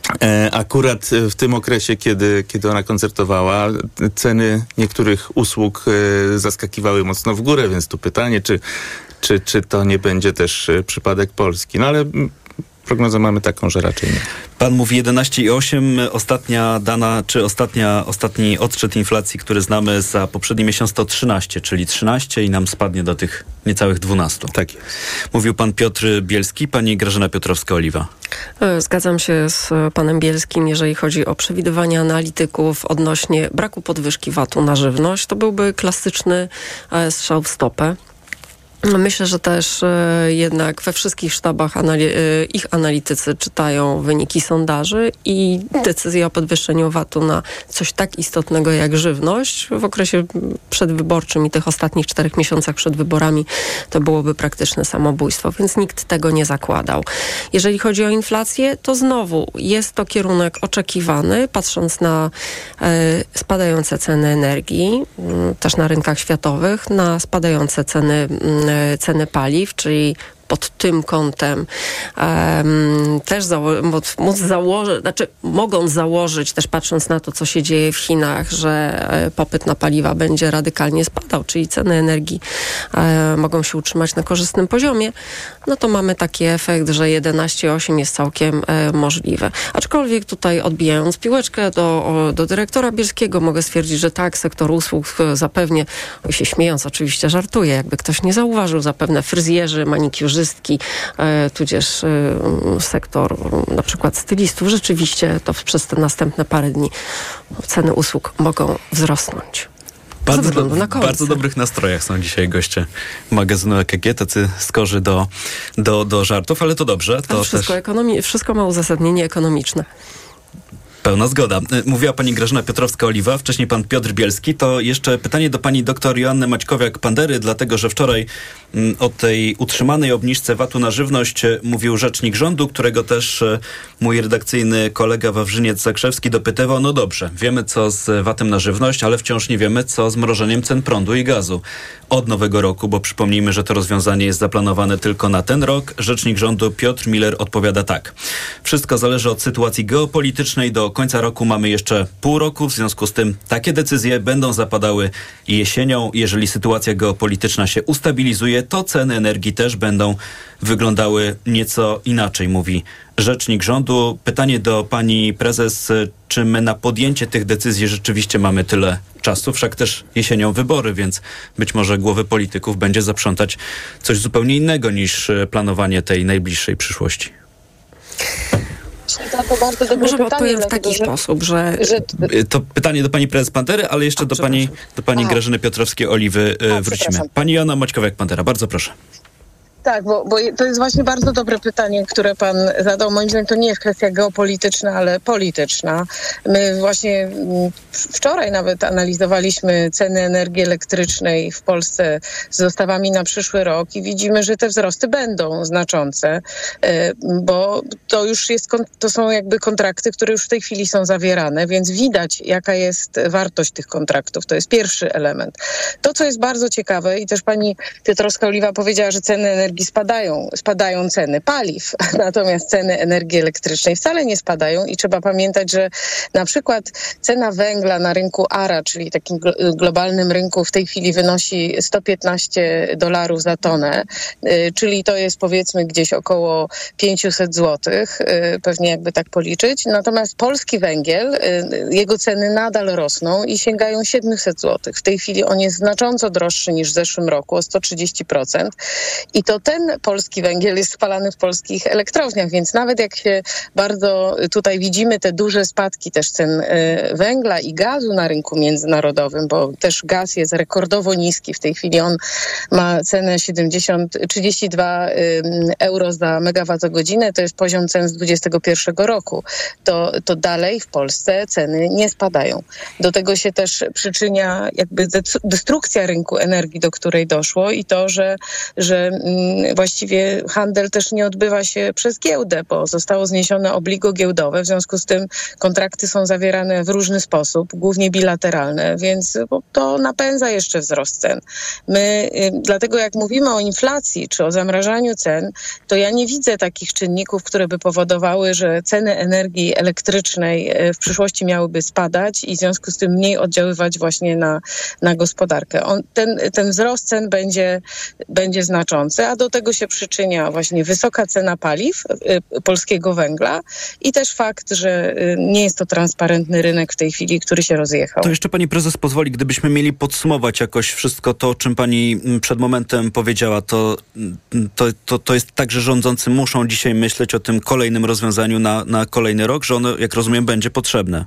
akurat w tym okresie, kiedy, kiedy ona koncertowała, ceny niektórych usług zaskakiwały mocno w górę, więc tu pytanie, czy, czy, czy to nie będzie też przypadek Polski. No ale prognozę mamy taką, że raczej nie. Pan mówi jedenaście przecinek osiem. Ostatnia dana, czy ostatnia, ostatni odczyt inflacji, który znamy za poprzedni miesiąc, to trzynaście, czyli trzynaście i nam spadnie do tych niecałych dwunastu. Tak jest. Mówił pan Piotr Bielski, pani Grażyna Piotrowska-Oliwa. Zgadzam się z panem Bielskim, jeżeli chodzi o przewidywania analityków odnośnie braku podwyżki V A T u na żywność. To byłby klasyczny strzał w stopę. Myślę, że też e, jednak we wszystkich sztabach anali- e, ich analitycy czytają wyniki sondaży i decyzję o podwyższeniu V A T u na coś tak istotnego jak żywność w okresie przedwyborczym i tych ostatnich czterech miesiącach przed wyborami to byłoby praktyczne samobójstwo, więc nikt tego nie zakładał. Jeżeli chodzi o inflację, to znowu jest to kierunek oczekiwany, patrząc na e, spadające ceny energii, m, też na rynkach światowych, na spadające ceny m, ceny paliw, czyli pod tym kątem um, też zało- móc, móc założyć, znaczy mogąc założyć, też patrząc na to, co się dzieje w Chinach, że e, popyt na paliwa będzie radykalnie spadał, czyli ceny energii e, mogą się utrzymać na korzystnym poziomie, no to mamy taki efekt, że jedenaście przecinek osiem jest całkiem e, możliwe. Aczkolwiek tutaj odbijając piłeczkę do, o, do dyrektora Bielskiego, mogę stwierdzić, że tak, sektor usług zapewnie, się śmiejąc oczywiście żartuję, jakby ktoś nie zauważył, zapewne fryzjerzy, manikiurzy, E, tudzież e, sektor e, na przykład stylistów. Rzeczywiście to przez te następne parę dni ceny usług mogą wzrosnąć. Bardzo, do, w bardzo dobrych nastrojach są dzisiaj goście magazynu E K G, tacy skorzy do, do, do żartów, ale to dobrze. To ale wszystko, też... ekonomi- wszystko ma uzasadnienie ekonomiczne. Pełna zgoda. Mówiła pani Grażyna Piotrowska-Oliwa, wcześniej pan Piotr Bielski. To jeszcze pytanie do pani dr Joanny Maćkowiak-Pandery, dlatego że wczoraj m, o tej utrzymanej obniżce V A T u na żywność mówił rzecznik rządu, którego też e, mój redakcyjny kolega Wawrzyniec Zakrzewski dopytywał. No dobrze, wiemy co z V A T em na żywność, ale wciąż nie wiemy co z mrożeniem cen prądu i gazu od nowego roku, bo przypomnijmy, że to rozwiązanie jest zaplanowane tylko na ten rok. Rzecznik rządu Piotr Miller odpowiada tak. Wszystko zależy od sytuacji geopolitycznej dookoła końca roku mamy jeszcze pół roku, w związku z tym takie decyzje będą zapadały jesienią. Jeżeli sytuacja geopolityczna się ustabilizuje, to ceny energii też będą wyglądały nieco inaczej, mówi rzecznik rządu. Pytanie do pani prezes, czy my na podjęcie tych decyzji rzeczywiście mamy tyle czasu? Wszak też jesienią wybory, więc być może głowy polityków będzie zaprzątać coś zupełnie innego niż planowanie tej najbliższej przyszłości. To bardzo dobre Może pytanie, odpowiem w dlatego, taki że, sposób, że... że... To pytanie do pani prezes Pantery, ale jeszcze A, do pani, do pani Grażyny Piotrowskiej-Oliwy A, wrócimy. Pani Joanna Maćkowiak-Pantera, bardzo proszę. Tak, bo, bo to jest właśnie bardzo dobre pytanie, które pan zadał. Moim zdaniem to nie jest kwestia geopolityczna, ale polityczna. My właśnie wczoraj nawet analizowaliśmy ceny energii elektrycznej w Polsce z dostawami na przyszły rok i widzimy, że te wzrosty będą znaczące, bo to już jest, to są jakby kontrakty, które już w tej chwili są zawierane, więc widać, jaka jest wartość tych kontraktów. To jest pierwszy element. To, co jest bardzo ciekawe i też pani Piotrowska-Oliwa powiedziała, że ceny energii spadają, spadają ceny paliw, natomiast ceny energii elektrycznej wcale nie spadają i trzeba pamiętać, że na przykład cena węgla na rynku A R A, czyli takim globalnym rynku, w tej chwili wynosi sto piętnaście dolarów za tonę, czyli to jest powiedzmy gdzieś około pięćset złotych, pewnie jakby tak policzyć. Natomiast polski węgiel, jego ceny nadal rosną i sięgają siedemset złotych. W tej chwili on jest znacząco droższy niż w zeszłym roku, o sto trzydzieści procent i to ten polski węgiel jest spalany w polskich elektrowniach, więc nawet jak się bardzo tutaj widzimy te duże spadki też cen węgla i gazu na rynku międzynarodowym, bo też gaz jest rekordowo niski. W tej chwili on ma cenę siedemdziesiąt, trzydzieści dwa euro za megawattogodzinę, to jest poziom cen z dwudziestego pierwszego roku. To, to dalej w Polsce ceny nie spadają. Do tego się też przyczynia jakby destrukcja rynku energii, do której doszło i to, że, że właściwie handel też nie odbywa się przez giełdę, bo zostało zniesione obligo giełdowe, w związku z tym kontrakty są zawierane w różny sposób, głównie bilateralne, więc to napędza jeszcze wzrost cen. My, dlatego jak mówimy o inflacji czy o zamrażaniu cen, to ja nie widzę takich czynników, które by powodowały, że ceny energii elektrycznej w przyszłości miałyby spadać i w związku z tym mniej oddziaływać właśnie na, na gospodarkę. On, ten, ten wzrost cen będzie, będzie znaczący, a do tego się przyczynia właśnie wysoka cena paliw, y, polskiego węgla i też fakt, że y, nie jest to transparentny rynek w tej chwili, który się rozjechał. To jeszcze pani prezes pozwoli, gdybyśmy mieli podsumować jakoś wszystko to, o czym pani przed momentem powiedziała, to, to, to, to jest tak, że rządzący muszą dzisiaj myśleć o tym kolejnym rozwiązaniu na, na kolejny rok, że ono, jak rozumiem, będzie potrzebne.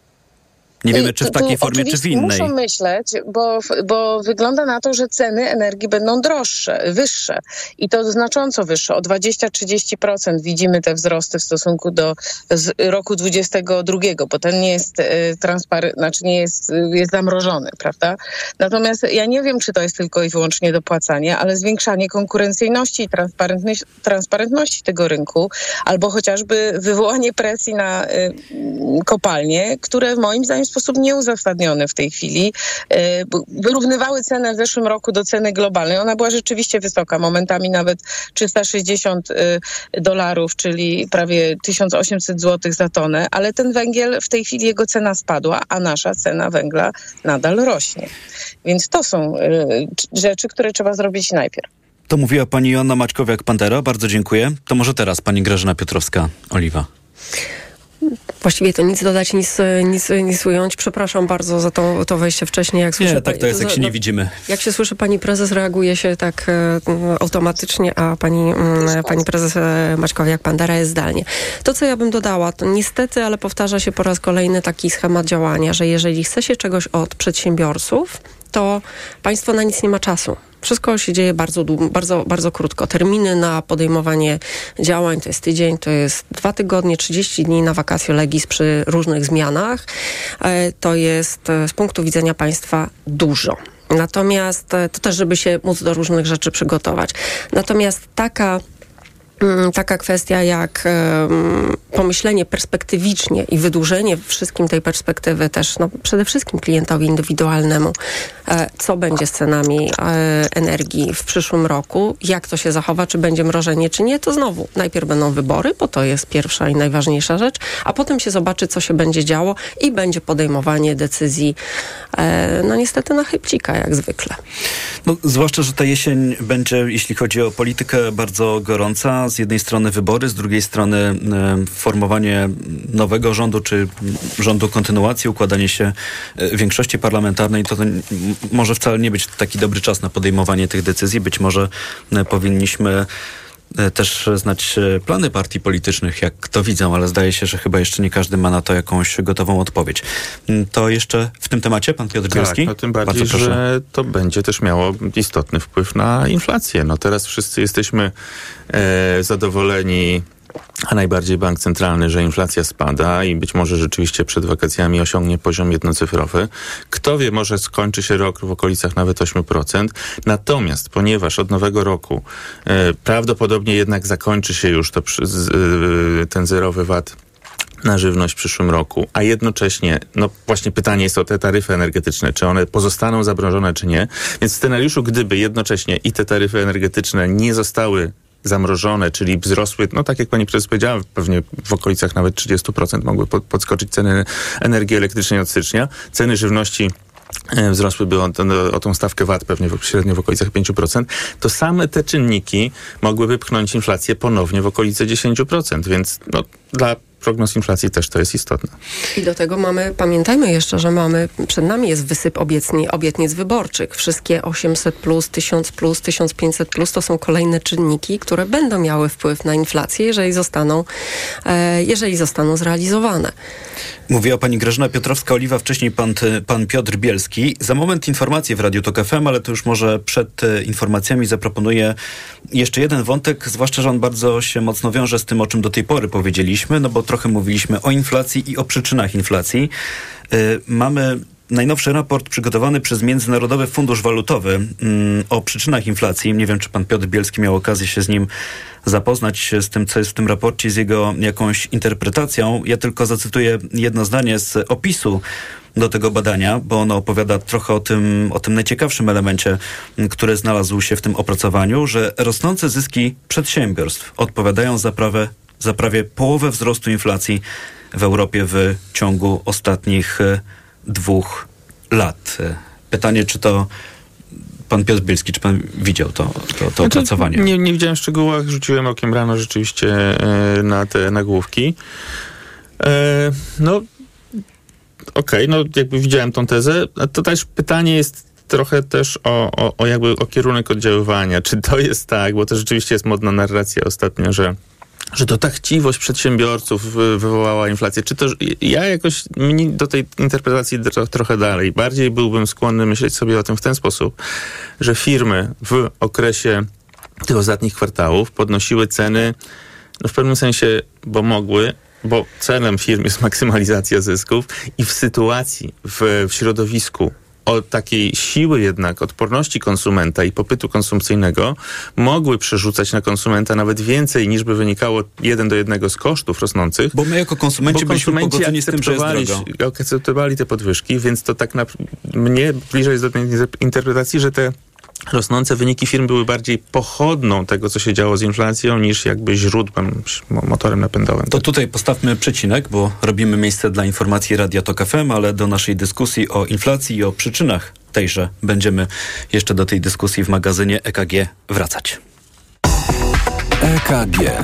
Nie wiemy, czy w takiej tu, formie, czy w innej. Muszą myśleć, bo, bo wygląda na to, że ceny energii będą droższe, wyższe. I to znacząco wyższe. O dwadzieścia do trzydziestu procent widzimy te wzrosty w stosunku do z roku dwudziestego drugiego, bo ten nie jest y, transparentny, znaczy nie jest, y, jest zamrożony, prawda? Natomiast ja nie wiem, czy to jest tylko i wyłącznie dopłacanie, ale zwiększanie konkurencyjności i transparentności, transparentności tego rynku, albo chociażby wywołanie presji na y, kopalnie, które moim zdaniem w sposób nieuzasadniony w tej chwili wyrównywały cenę w zeszłym roku do ceny globalnej. Ona była rzeczywiście wysoka, momentami nawet trzysta sześćdziesiąt dolarów, czyli prawie tysiąc osiemset złotych za tonę, ale ten węgiel w tej chwili jego cena spadła, a nasza cena węgla nadal rośnie. Więc to są rzeczy, które trzeba zrobić najpierw. To mówiła pani Joanna Maćkowiak-Pantera. Bardzo dziękuję. To może teraz pani Grażyna Piotrowska-Oliwa. Właściwie to nic dodać, nic, nic, nic ująć. Przepraszam bardzo za to, to wejście wcześniej. Jak słyszę, nie, tak to jest, jak się nie widzimy. Jak się słyszy pani prezes, reaguje się tak e, automatycznie, a pani, m, pani prezes Maćkowiak-Pantera jest zdalnie. To, co ja bym dodała, to niestety, ale powtarza się po raz kolejny taki schemat działania, że jeżeli chce się czegoś od przedsiębiorców, to państwo na nic nie ma czasu. Wszystko się dzieje bardzo, bardzo, bardzo krótko. Terminy na podejmowanie działań to jest tydzień, to jest dwa tygodnie, trzydzieści dni na vacatio legis przy różnych zmianach. To jest z punktu widzenia państwa dużo. Natomiast to też, żeby się móc do różnych rzeczy przygotować. Natomiast taka taka kwestia jak um, pomyślenie perspektywicznie i wydłużenie wszystkim tej perspektywy też no, przede wszystkim klientowi indywidualnemu, e, co będzie z cenami e, energii w przyszłym roku, jak to się zachowa, czy będzie mrożenie, czy nie, to znowu najpierw będą wybory, bo to jest pierwsza i najważniejsza rzecz, a potem się zobaczy, co się będzie działo i będzie podejmowanie decyzji e, no niestety na chybcika, jak zwykle. No, zwłaszcza, że ta jesień będzie, jeśli chodzi o politykę, bardzo gorąca. Z jednej strony wybory, z drugiej strony e, formowanie nowego rządu, czy rządu kontynuacji, układanie się e, większości parlamentarnej, to, to m, może wcale nie być taki dobry czas na podejmowanie tych decyzji. Być może e, powinniśmy też znać plany partii politycznych, jak to widzą, ale zdaje się, że chyba jeszcze nie każdy ma na to jakąś gotową odpowiedź. To jeszcze w tym temacie pan Piotr Bielski? Tak, no tym bardziej, że to będzie też miało istotny wpływ na inflację. No teraz wszyscy jesteśmy e, zadowoleni, a najbardziej bank centralny, że inflacja spada i być może rzeczywiście przed wakacjami osiągnie poziom jednocyfrowy. Kto wie, może skończy się rok w okolicach nawet osiem procent. Natomiast ponieważ od nowego roku e, prawdopodobnie jednak zakończy się już to, z, e, ten zerowy V A T na żywność w przyszłym roku, a jednocześnie, no właśnie pytanie jest o te taryfy energetyczne, czy one pozostaną zamrożone, czy nie. Więc w scenariuszu, gdyby jednocześnie i te taryfy energetyczne nie zostały zamrożone, czyli wzrosły, no tak jak pani prezes powiedziała, pewnie w okolicach nawet trzydzieści procent mogły pod, podskoczyć ceny energii elektrycznej od stycznia. Ceny żywności e, wzrosłyby o, o tą stawkę V A T pewnie w, średnio w okolicach pięć procent, to same te czynniki mogłyby pchnąć inflację ponownie w okolice dziesięć procent, więc no, dla prognoz inflacji też to jest istotne. I do tego mamy, pamiętajmy jeszcze, że mamy, przed nami jest wysyp obietni, obietnic wyborczych. Wszystkie osiemset plus, tysiąc plus, tysiąc pięćset plus to są kolejne czynniki, które będą miały wpływ na inflację, jeżeli zostaną, e, jeżeli zostaną zrealizowane. Mówiła pani Grażyna Piotrowska-Oliwa, wcześniej pan, pan Piotr Bielski. Za moment informacje w Radiu Tok F M, ale to już może przed informacjami zaproponuję jeszcze jeden wątek, zwłaszcza, że on bardzo się mocno wiąże z tym, o czym do tej pory powiedzieliśmy, no bo trochę mówiliśmy o inflacji i o przyczynach inflacji. Yy, mamy najnowszy raport przygotowany przez Międzynarodowy Fundusz Walutowy yy, o przyczynach inflacji. Nie wiem, czy pan Piotr Bielski miał okazję się z nim zapoznać, z tym, co jest w tym raporcie, z jego jakąś interpretacją. Ja tylko zacytuję jedno zdanie z opisu do tego badania, bo ono opowiada trochę o tym, o tym najciekawszym elemencie, który znalazł się w tym opracowaniu, że rosnące zyski przedsiębiorstw odpowiadają za prawie, za prawie połowę wzrostu inflacji w Europie w ciągu ostatnich dwóch lat. Pytanie, czy to pan Piotr Bielski, czy pan widział to, to, to znaczy, opracowanie? Nie, nie widziałem w szczegółach, rzuciłem okiem rano rzeczywiście e, na te nagłówki. E, no, okej, okay, no jakby widziałem tą tezę. To też pytanie jest trochę też o, o, o jakby o kierunek oddziaływania. Czy to jest tak, bo to rzeczywiście jest modna narracja ostatnio, że że to ta chciwość przedsiębiorców wywołała inflację. Czy to, ja jakoś do tej interpretacji trochę dalej. Bardziej byłbym skłonny myśleć sobie o tym w ten sposób, że firmy w okresie tych ostatnich kwartałów podnosiły ceny, no w pewnym sensie, bo mogły, bo celem firm jest maksymalizacja zysków i w sytuacji, w, w środowisku o takiej siły jednak odporności konsumenta i popytu konsumpcyjnego mogły przerzucać na konsumenta nawet więcej niż by wynikało jeden do jednego z kosztów rosnących. Bo my jako konsumenci, bo byliśmy pogodzeni z tym, że jest drogo. Akceptowali te podwyżki, więc to tak na, mnie bliżej jest do tej interpretacji, że te rosnące wyniki firm były bardziej pochodną tego, co się działo z inflacją, niż jakby źródłem, motorem napędowym. To tutaj postawmy przecinek, bo robimy miejsce dla informacji Radia Tok F M, ale do naszej dyskusji o inflacji i o przyczynach tejże będziemy jeszcze do tej dyskusji w magazynie E K G wracać. E K G.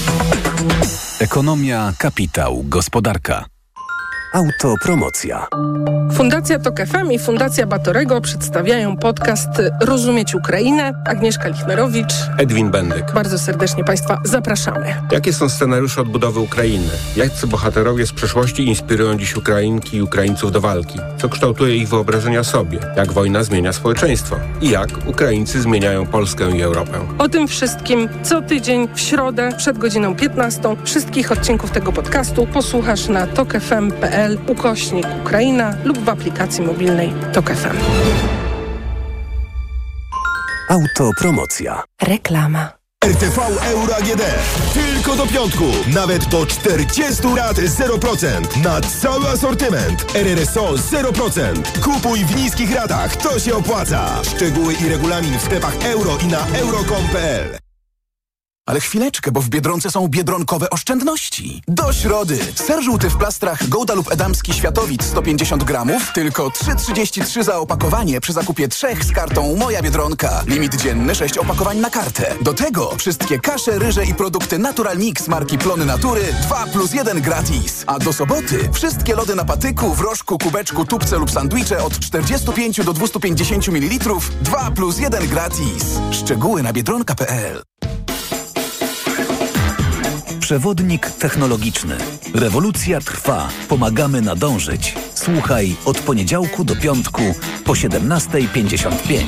Ekonomia, kapitał, gospodarka. Autopromocja. Fundacja Tok F M i Fundacja Batorego przedstawiają podcast Rozumieć Ukrainę. Agnieszka Lichnerowicz. Edwin Bendyk. Bardzo serdecznie Państwa zapraszamy. Jakie są scenariusze odbudowy Ukrainy? Jacy bohaterowie z przeszłości inspirują dziś Ukrainki i Ukraińców do walki? Co kształtuje ich wyobrażenia o sobie? Jak wojna zmienia społeczeństwo? I jak Ukraińcy zmieniają Polskę i Europę? O tym wszystkim co tydzień w środę przed godziną piętnastą. Wszystkich odcinków tego podcastu posłuchasz na tok f m kropka p l ukośnik Ukraina lub w aplikacji mobilnej Tok F M. Autopromocja. Reklama. R T V Euro A G D. Tylko do piątku. Nawet do czterdzieści rat zero procent. Na cały asortyment. R R S O zero procent. Kupuj w niskich ratach. To się opłaca. Szczegóły i regulamin w sklepach euro i na euro kropka com kropka p l. Ale chwileczkę, bo w Biedronce są biedronkowe oszczędności. Do środy. Ser żółty w plastrach Gouda lub Edamski Światowic sto pięćdziesiąt gramów, tylko trzy trzydzieści trzy za opakowanie przy zakupie trzech z kartą Moja Biedronka. Limit dzienny sześć opakowań na kartę. Do tego wszystkie kasze, ryże i produkty Natural Mix marki Plony Natury dwa plus jeden gratis. A do soboty wszystkie lody na patyku, wrożku, kubeczku, tubce lub sandwicze od czterdzieści pięć do dwustu pięćdziesięciu mililitrów dwa plus jeden gratis. Szczegóły na biedronka kropka p l. Przewodnik technologiczny. Rewolucja trwa. Pomagamy nadążyć. Słuchaj od poniedziałku do piątku po siedemnasta pięćdziesiąt pięć.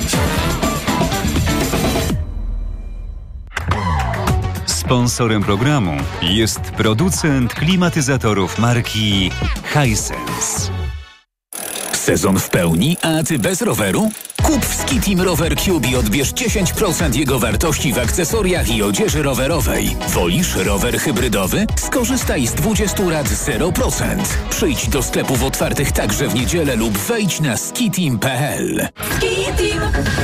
Sponsorem programu jest producent klimatyzatorów marki Hisense. Sezon w pełni, a ty bez roweru? Kup w Skitim Rower Cube i odbierz dziesięć procent jego wartości w akcesoriach i odzieży rowerowej. Wolisz rower hybrydowy? Skorzystaj z dwudziestu rat zero procent. Przyjdź do sklepów otwartych także w niedzielę lub wejdź na skitim kropka p l. Skitim.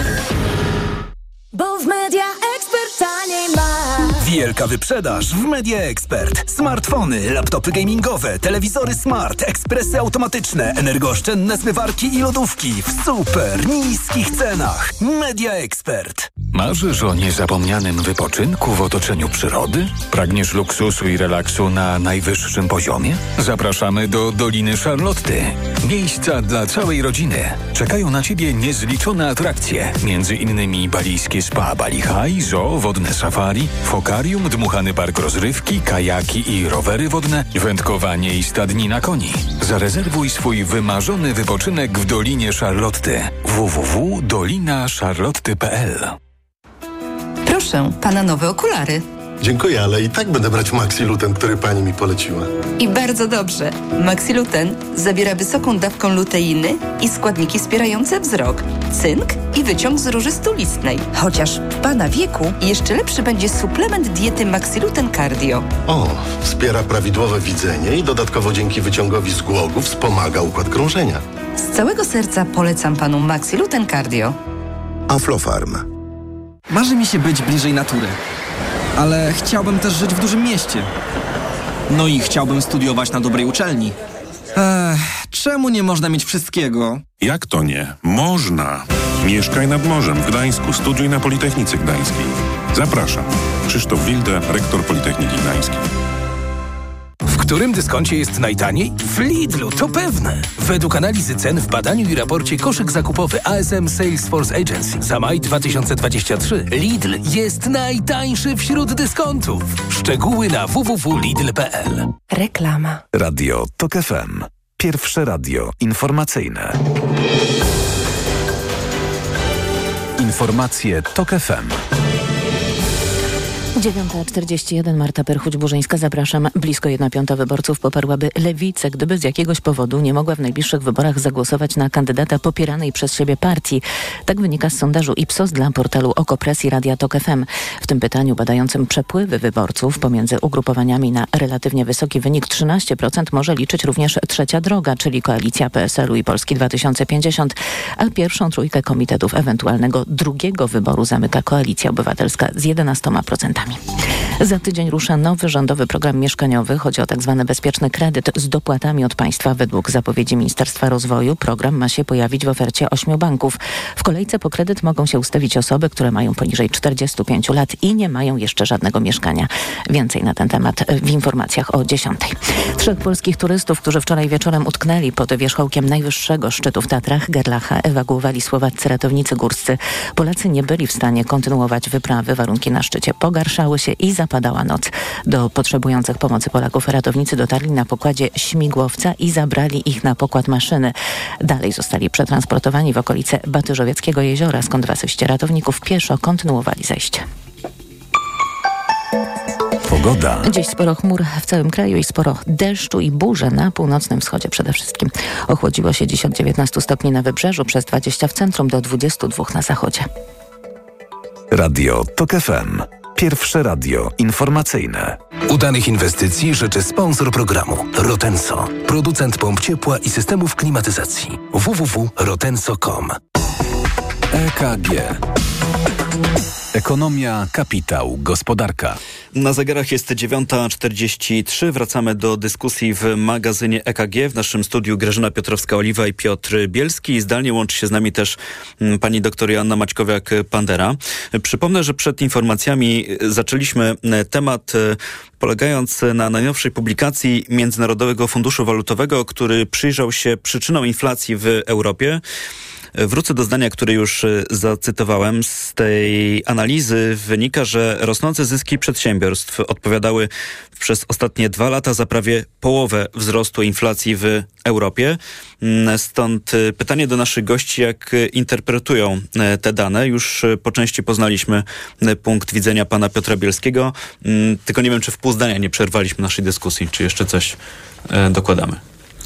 Bo w Media Expert taniej ma. Wielka wyprzedaż w Media Expert. Smartfony, laptopy gamingowe, telewizory smart, ekspresy automatyczne, energooszczędne zmywarki i lodówki w super niskich cenach. Media Expert. Marzysz o niezapomnianym wypoczynku w otoczeniu przyrody? Pragniesz luksusu i relaksu na najwyższym poziomie? Zapraszamy do Doliny Charlotty. Miejsca dla całej rodziny. Czekają na Ciebie niezliczone atrakcje. Między innymi balijskie spa Bali High, zoo, wodne safari, fokarium, dmuchany park rozrywki, kajaki i rowery wodne, wędkowanie i stadnina koni. Zarezerwuj swój wymarzony wypoczynek w Dolinie Charlotty. w w w kropka dolina charlotty kropka p l. Proszę, pana nowe okulary. Dziękuję, ale i tak będę brać Maxiluten, który pani mi poleciła. I bardzo dobrze. Maxiluten zawiera wysoką dawką luteiny i składniki wspierające wzrok, cynk i wyciąg z róży stulistnej. Chociaż w pana wieku jeszcze lepszy będzie suplement diety Maxiluten Cardio. O, wspiera prawidłowe widzenie i dodatkowo dzięki wyciągowi z głogu wspomaga układ krążenia. Z całego serca polecam panu Maxiluten Cardio. Aflofarm. Marzy mi się być bliżej natury. Ale chciałbym też żyć w dużym mieście. No i chciałbym studiować na dobrej uczelni. Ech, czemu nie można mieć wszystkiego? Jak to nie? Można! Mieszkaj nad morzem w Gdańsku, studiuj na Politechnice Gdańskiej. Zapraszam. Krzysztof Wilde, rektor Politechniki Gdańskiej. W którym dyskoncie jest najtaniej? W Lidlu, to pewne. Według analizy cen w badaniu i raporcie koszyk zakupowy A S M Salesforce Agency za maj dwa tysiące dwudziesty trzeci Lidl jest najtańszy wśród dyskontów. Szczegóły na w w w kropka lidl kropka p l. Reklama. Radio TOK F M. Pierwsze radio informacyjne. Informacje TOK F M. dziewiąta czterdzieści jeden, Marta Perchuć-Burzyńska, zapraszam. Blisko jedna piąta wyborców poparłaby Lewicę, gdyby z jakiegoś powodu nie mogła w najbliższych wyborach zagłosować na kandydata popieranej przez siebie partii. Tak wynika z sondażu Ipsos dla portalu Okopres i Radia Tok F M. W tym pytaniu badającym przepływy wyborców pomiędzy ugrupowaniami na relatywnie wysoki wynik trzynaście procent może liczyć również Trzecia Droga, czyli koalicja P S L u i Polski dwa tysiące pięćdziesiąt, a pierwszą trójkę komitetów ewentualnego drugiego wyboru zamyka Koalicja Obywatelska z jedenastoma procentami. Za tydzień rusza nowy rządowy program mieszkaniowy. Chodzi o tak zwany bezpieczny kredyt z dopłatami od państwa. Według zapowiedzi Ministerstwa Rozwoju program ma się pojawić w ofercie ośmiu banków. W kolejce po kredyt mogą się ustawić osoby, które mają poniżej czterdziestu pięciu lat i nie mają jeszcze żadnego mieszkania. Więcej na ten temat w informacjach o dziesiątej. Trzech polskich turystów, którzy wczoraj wieczorem utknęli pod wierzchołkiem najwyższego szczytu w Tatrach, Gerlacha, ewakuowali słowaccy ratownicy górscy. Polacy nie byli w stanie kontynuować wyprawy. Warunki na szczycie pogarszały się i zapadała noc. Do potrzebujących pomocy Polaków ratownicy dotarli na pokładzie śmigłowca i zabrali ich na pokład maszyny. Dalej zostali przetransportowani w okolice Batyżowieckiego jeziora, skąd w asyście ratowników pieszo kontynuowali zejście. Pogoda. Dziś sporo chmur w całym kraju i sporo deszczu i burzy na północnym wschodzie przede wszystkim. Ochłodziło się dziś od dziewiętnastu stopni na wybrzeżu, przez dwadzieścia w centrum, do dwudziestu dwóch na zachodzie. Radio Tok F M. Pierwsze radio informacyjne. Udanych inwestycji życzy sponsor programu Rotenso, producent pomp ciepła i systemów klimatyzacji. w w w kropka rotenso kropka com. E K G. Ekonomia, kapitał, gospodarka. Na zegarach jest dziewiąta czterdzieści trzy. Wracamy do dyskusji w magazynie E K G. W naszym studiu Grażyna Piotrowska-Oliwa i Piotr Bielski. Zdalnie łączy się z nami też pani doktor Joanna Maćkowiak-Pandera. Przypomnę, że przed informacjami zaczęliśmy temat polegając na najnowszej publikacji Międzynarodowego Funduszu Walutowego, który przyjrzał się przyczynom inflacji w Europie. Wrócę do zdania, które już zacytowałem. Z tej analizy wynika, że rosnące zyski przedsiębiorstw odpowiadały przez ostatnie dwa lata za prawie połowę wzrostu inflacji w Europie. Stąd pytanie do naszych gości, jak interpretują te dane. Już po części poznaliśmy punkt widzenia pana Piotra Bielskiego, tylko nie wiem, czy w pół zdania nie przerwaliśmy naszej dyskusji, czy jeszcze coś dokładamy.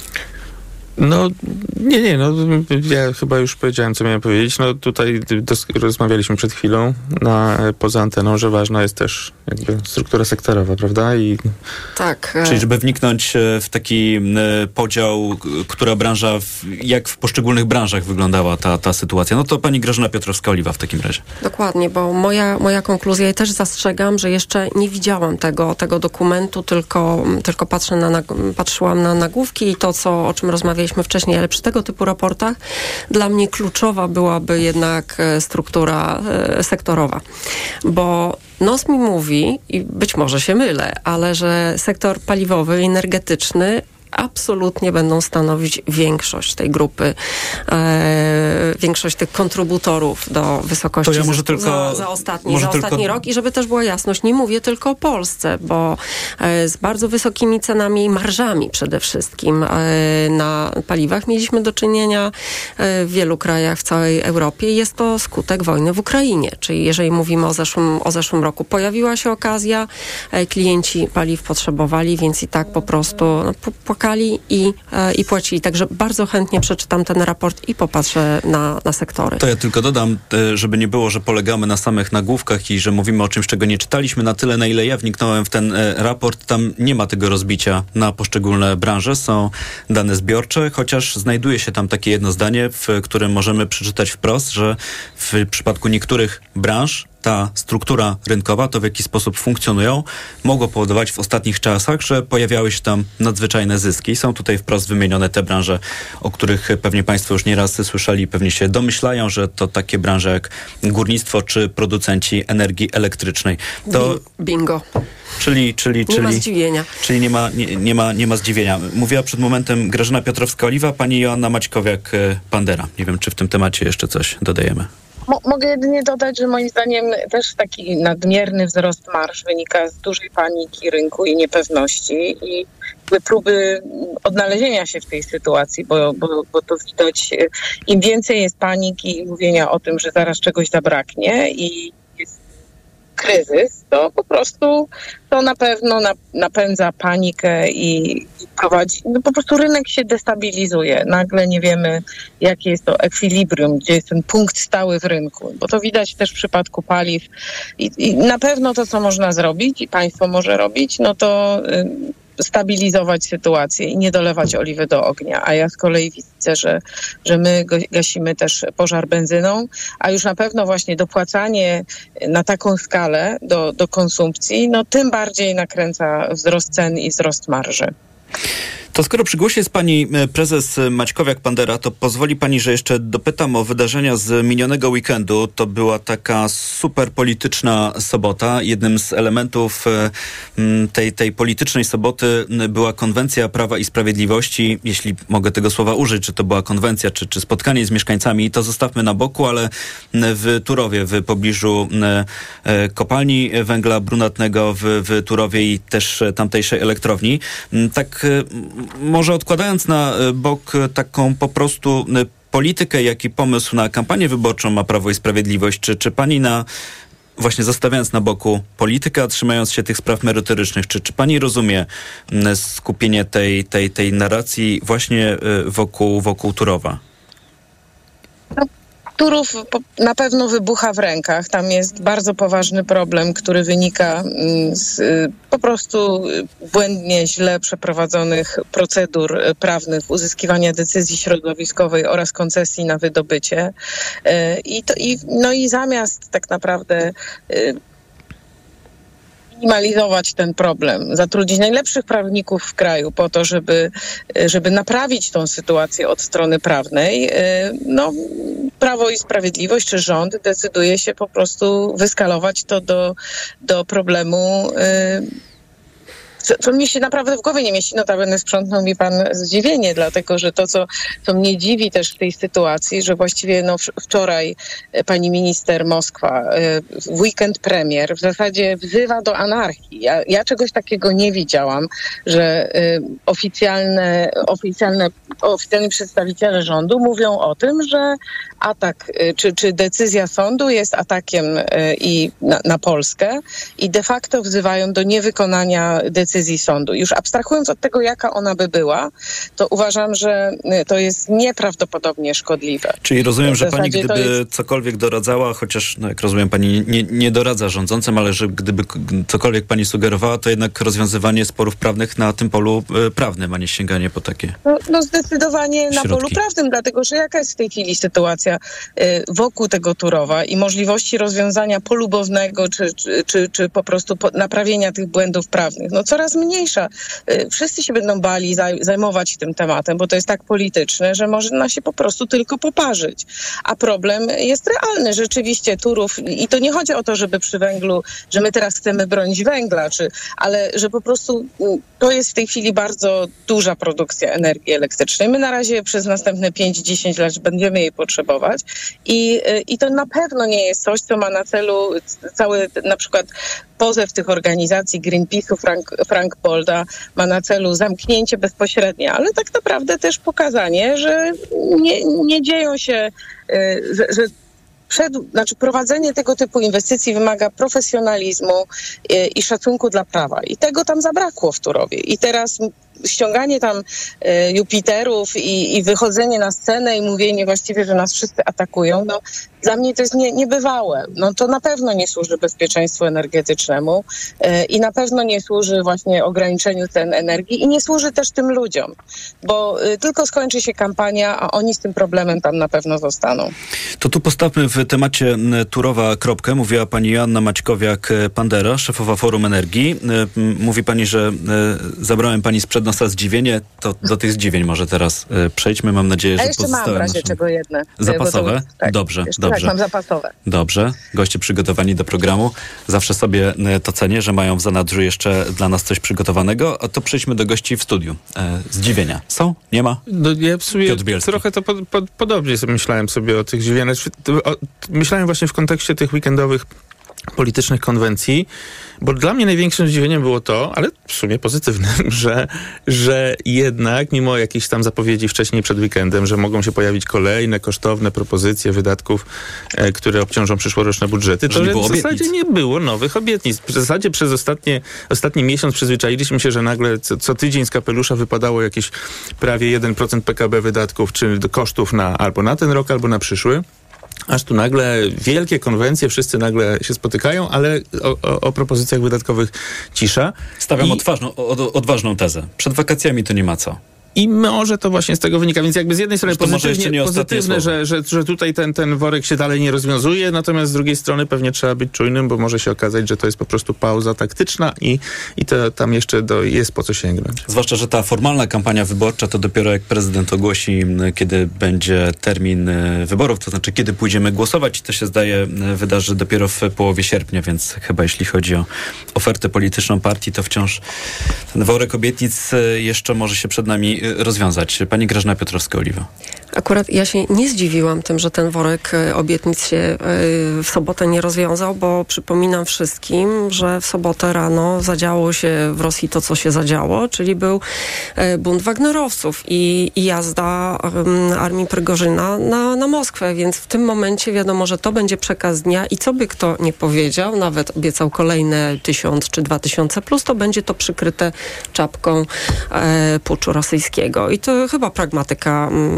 No, nie, nie, no ja chyba już powiedziałem, co miałem powiedzieć. No tutaj dos- rozmawialiśmy przed chwilą na, poza anteną, że ważna jest też jakby struktura sektorowa, prawda? I tak. Czyli żeby wniknąć w taki podział, która branża, jak w poszczególnych branżach wyglądała ta, ta sytuacja. No to pani Grażyna Piotrowska-Oliwa w takim razie. Dokładnie, bo moja, moja konkluzja, i też zastrzegam, że jeszcze nie widziałam tego, tego dokumentu, tylko, tylko patrzę na, patrzyłam na nagłówki i to, co, o czym rozmawialiśmy wcześniej, ale przy tego typu raportach dla mnie kluczowa byłaby jednak struktura e, sektorowa. Bo N O S mi mówi, i być może się mylę, ale że sektor paliwowy i energetyczny absolutnie będą stanowić większość tej grupy, e, większość tych kontrybutorów do wysokości to ja może tylko, za, za ostatni, może za tylko... ostatni rok. I żeby też była jasność, nie mówię tylko o Polsce, bo e, z bardzo wysokimi cenami i marżami przede wszystkim e, na paliwach mieliśmy do czynienia e, w wielu krajach w całej Europie. Jest to skutek wojny w Ukrainie. Czyli jeżeli mówimy o zeszłym, o zeszłym roku, pojawiła się okazja, e, klienci paliw potrzebowali, więc i tak po prostu no, po, po I, e, i płacili. Także bardzo chętnie przeczytam ten raport i popatrzę na, na sektory. To ja tylko dodam, żeby nie było, że polegamy na samych nagłówkach i że mówimy o czymś, czego nie czytaliśmy. Na tyle, na ile ja wniknąłem w ten raport, tam nie ma tego rozbicia na poszczególne branże. Są dane zbiorcze, chociaż znajduje się tam takie jedno zdanie, w którym możemy przeczytać wprost, że w przypadku niektórych branż ta struktura rynkowa, to w jaki sposób funkcjonują, mogło powodować w ostatnich czasach, że pojawiały się tam nadzwyczajne zyski. Są tutaj wprost wymienione te branże, o których pewnie państwo już nieraz słyszeli, pewnie się domyślają, że to takie branże jak górnictwo czy producenci energii elektrycznej. To Bingo. Czyli, czyli, nie czyli, ma zdziwienia. Czyli nie ma, nie, nie, ma, nie ma zdziwienia. Mówiła przed momentem Grażyna Piotrowska-Oliwa, pani Joanna Maćkowiak-Pandera. Nie wiem, czy w tym temacie jeszcze coś dodajemy. Mo- mogę jedynie dodać, że moim zdaniem też taki nadmierny wzrost marż wynika z dużej paniki rynku i niepewności i próby odnalezienia się w tej sytuacji, bo, bo, bo to widać, im więcej jest paniki i mówienia o tym, że zaraz czegoś zabraknie i jest kryzys, to po prostu to na pewno napędza panikę i prowadzi, no po prostu rynek się destabilizuje. Nagle nie wiemy, jakie jest to ekwilibrium, gdzie jest ten punkt stały w rynku, bo to widać też w przypadku paliw i, i na pewno to, co można zrobić i państwo może robić, no to y, stabilizować sytuację i nie dolewać oliwy do ognia. A ja z kolei widzę, że, że my gasimy też pożar benzyną, a już na pewno właśnie dopłacanie na taką skalę do, do konsumpcji, no tym bardziej nakręca wzrost cen i wzrost marży. To skoro przy głosie jest pani prezes Maćkowiak-Pandera, to pozwoli pani, że jeszcze dopytam o wydarzenia z minionego weekendu. To była taka super polityczna sobota. Jednym z elementów tej, tej politycznej soboty była konwencja Prawa i Sprawiedliwości. Jeśli mogę tego słowa użyć, czy to była konwencja, czy, czy spotkanie z mieszkańcami, to zostawmy na boku, ale w Turowie, w pobliżu kopalni węgla brunatnego w, w Turowie i też tamtejszej elektrowni. Tak może odkładając na bok taką po prostu politykę, jak i pomysł na kampanię wyborczą ma Prawo i Sprawiedliwość, czy, czy pani na właśnie zostawiając na boku politykę, a trzymając się tych spraw merytorycznych, czy, czy pani rozumie skupienie tej, tej, tej narracji właśnie wokół, wokół Turowa? No, Turów na pewno wybucha w rękach. Tam jest bardzo poważny problem, który wynika z po prostu błędnie, źle przeprowadzonych procedur prawnych uzyskiwania decyzji środowiskowej oraz koncesji na wydobycie. I to, i, no i zamiast tak naprawdę minimalizować ten problem, zatrudnić najlepszych prawników w kraju po to, żeby, żeby naprawić tą sytuację od strony prawnej, no Prawo i Sprawiedliwość czy rząd decyduje się po prostu wyskalować to do, do problemu, co, co mi się naprawdę w głowie nie mieści. Notabene sprzątnął mi pan zdziwienie, dlatego że to, co, co mnie dziwi też w tej sytuacji, że właściwie no, wczoraj pani minister Moskwa w weekend premier w zasadzie wzywa do anarchii. Ja, ja czegoś takiego nie widziałam, że y, oficjalne, oficjalne, oficjalni przedstawiciele rządu mówią o tym, że atak, y, czy, czy decyzja sądu jest atakiem y, i na, na Polskę i de facto wzywają do niewykonania decyzji sądu. Już abstrahując od tego, jaka ona by była, to uważam, że to jest nieprawdopodobnie szkodliwe. Czyli rozumiem, że pani gdyby jest... cokolwiek doradzała, chociaż no jak rozumiem, pani nie, nie doradza rządzącym, ale że gdyby cokolwiek pani sugerowała, to jednak rozwiązywanie sporów prawnych na tym polu y, prawnym, a nie sięganie po takie No, no zdecydowanie środki. Na polu prawnym, dlatego że jaka jest w tej chwili sytuacja y, wokół tego Turowa i możliwości rozwiązania polubownego, czy, czy, czy, czy po prostu po, naprawienia tych błędów prawnych. No coraz mniejsza. Wszyscy się będą bali zaj- zajmować tym tematem, bo to jest tak polityczne, że można się po prostu tylko poparzyć. A problem jest realny. Rzeczywiście Turów, i to nie chodzi o to, żeby przy węglu, że my teraz chcemy bronić węgla, czy, ale że po prostu to jest w tej chwili bardzo duża produkcja energii elektrycznej. My na razie przez następne pięć dziesięć lat będziemy jej potrzebować i, i to na pewno nie jest coś, co ma na celu cały na przykład pozew tych organizacji Greenpeace'u, Frank, Frank Bolda ma na celu zamknięcie bezpośrednie, ale tak naprawdę też pokazanie, że nie, nie dzieją się, że, że przed, znaczy prowadzenie tego typu inwestycji wymaga profesjonalizmu i, i szacunku dla prawa. I tego tam zabrakło w Turowie. I teraz ściąganie tam e, Jupiterów i, i wychodzenie na scenę i mówienie właściwie, że nas wszyscy atakują, no dla mnie to jest nie, niebywałe. No to na pewno nie służy bezpieczeństwu energetycznemu e, i na pewno nie służy właśnie ograniczeniu cen energii i nie służy też tym ludziom, bo e, tylko skończy się kampania, a oni z tym problemem tam na pewno zostaną. To tu postawmy w temacie Turowa kropkę. Mówiła pani Joanna Maćkowiak-Pandera, szefowa Forum Energii. Mówi pani, że zabrałem pani sprzed nosa zdziwienie. To do tych zdziwień może teraz przejdźmy. Mam nadzieję, że a jeszcze pozostałe mam w razie nasze... czego jedne. Zapasowe? To, tak, dobrze, jeszcze, dobrze. Tak, mam zapasowe. Dobrze. Goście przygotowani do programu. Zawsze sobie to cenię, że mają w zanadrzu jeszcze dla nas coś przygotowanego. A to przejdźmy do gości w studiu. E, zdziwienia. Są? Nie ma? No, ja w sumie trochę to po, po, podobnie sobie myślałem sobie o tych zdziwieniach. Myślałem właśnie w kontekście tych weekendowych politycznych konwencji, bo dla mnie największym zdziwieniem było to, ale w sumie pozytywnym, że, że jednak mimo jakichś tam zapowiedzi wcześniej przed weekendem, że mogą się pojawić kolejne kosztowne propozycje wydatków, e, które obciążą przyszłoroczne budżety, to że w zasadzie nie było nowych obietnic. W zasadzie przez ostatnie, ostatni miesiąc przyzwyczailiśmy się, że nagle co, co tydzień z kapelusza wypadało jakieś prawie jeden procent P K B wydatków, czy kosztów na albo na ten rok, albo na przyszły. Aż tu nagle wielkie konwencje, wszyscy nagle się spotykają, ale o, o, o propozycjach wydatkowych cisza. Stawiam I... odważną, od, odważną tezę. Przed wakacjami to nie ma co. I może to właśnie z tego wynika, więc jakby z jednej strony pozytywnie, pozytywne, że, że, że tutaj ten, ten worek się dalej nie rozwiązuje, natomiast z drugiej strony pewnie trzeba być czujnym, bo może się okazać, że to jest po prostu pauza taktyczna i, i to tam jeszcze do, jest po co sięgnąć. Zwłaszcza, że ta formalna kampania wyborcza to dopiero jak prezydent ogłosi, kiedy będzie termin wyborów, to znaczy kiedy pójdziemy głosować i to się zdaje wydarzy dopiero w połowie sierpnia, więc chyba jeśli chodzi o ofertę polityczną partii, to wciąż ten worek obietnic jeszcze może się przed nami rozwiązać. Pani Grażyna Piotrowska-Oliwa. Akurat ja się nie zdziwiłam tym, że ten worek obietnic się w sobotę nie rozwiązał, bo przypominam wszystkim, że w sobotę rano zadziało się w Rosji to, co się zadziało, czyli był bunt Wagnerowców i, i jazda um, armii Prygorzyna na, na Moskwę, więc w tym momencie wiadomo, że to będzie przekaz dnia i co by kto nie powiedział, nawet obiecał kolejne tysiąc czy dwa tysiące plus, to będzie to przykryte czapką e, puczu rosyjskiego. I to chyba pragmatyka mm,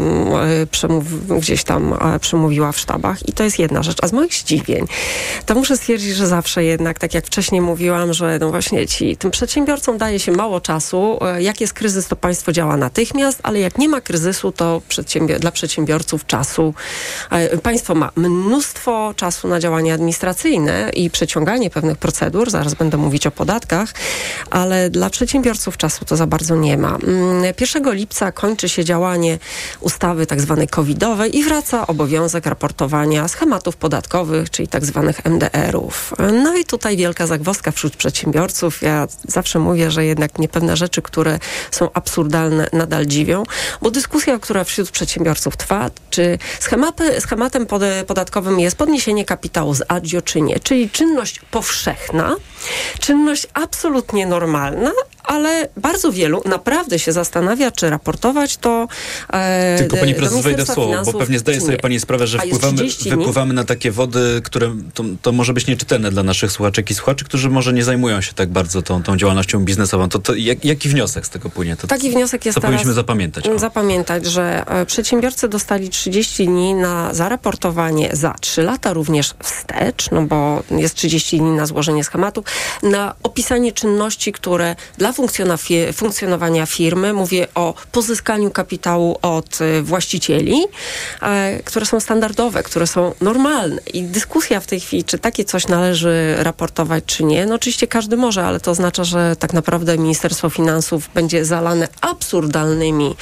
przemów, gdzieś tam przemówiła w sztabach i to jest jedna rzecz. A z moich zdziwień, to muszę stwierdzić, że zawsze jednak, tak jak wcześniej mówiłam, że no właśnie ci, tym przedsiębiorcom daje się mało czasu. Jak jest kryzys, to państwo działa natychmiast, ale jak nie ma kryzysu, to przedsiębior- dla przedsiębiorców czasu. Państwo ma mnóstwo czasu na działania administracyjne i przeciąganie pewnych procedur. Zaraz będę mówić o podatkach, ale dla przedsiębiorców czasu to za bardzo nie ma. pierwszego lipca kończy się działanie ustawy tak zwanej covidowej i wraca obowiązek raportowania schematów podatkowych, czyli tak zwanych em de erów. No i tutaj wielka zagwozdka wśród przedsiębiorców. Ja zawsze mówię, że jednak niepewne rzeczy, które są absurdalne, nadal dziwią, bo dyskusja, która wśród przedsiębiorców trwa, czy schematy, schematem pod, podatkowym jest podniesienie kapitału z agio, czy nie, czyli czynność powszechna, czynność absolutnie normalna, ale bardzo wielu naprawdę się zastanawia, czy raportować to e, Tylko pani prezes, wejdę w słowo, Finansów, bo pewnie zdaje sobie pani sprawę, że wpływamy, wypływamy na takie wody, które to, to może być nieczytelne dla naszych słuchaczek i słuchaczy, którzy może nie zajmują się tak bardzo tą, tą działalnością biznesową. To, to jak, jaki wniosek z tego płynie? To, Taki wniosek jest co teraz, powinniśmy zapamiętać? O. Zapamiętać, że e, przedsiębiorcy dostali trzydzieści dni na zaraportowanie za trzy lata, również wstecz, no bo jest trzydzieści dni na złożenie schematów, na opisanie czynności, które dla funkcjonowania firmy, mówię o pozyskaniu kapitału od właścicieli, e, które są standardowe, które są normalne. I dyskusja w tej chwili, czy takie coś należy raportować, czy nie, no oczywiście każdy może, ale to oznacza, że tak naprawdę Ministerstwo Finansów będzie zalane absurdalnymi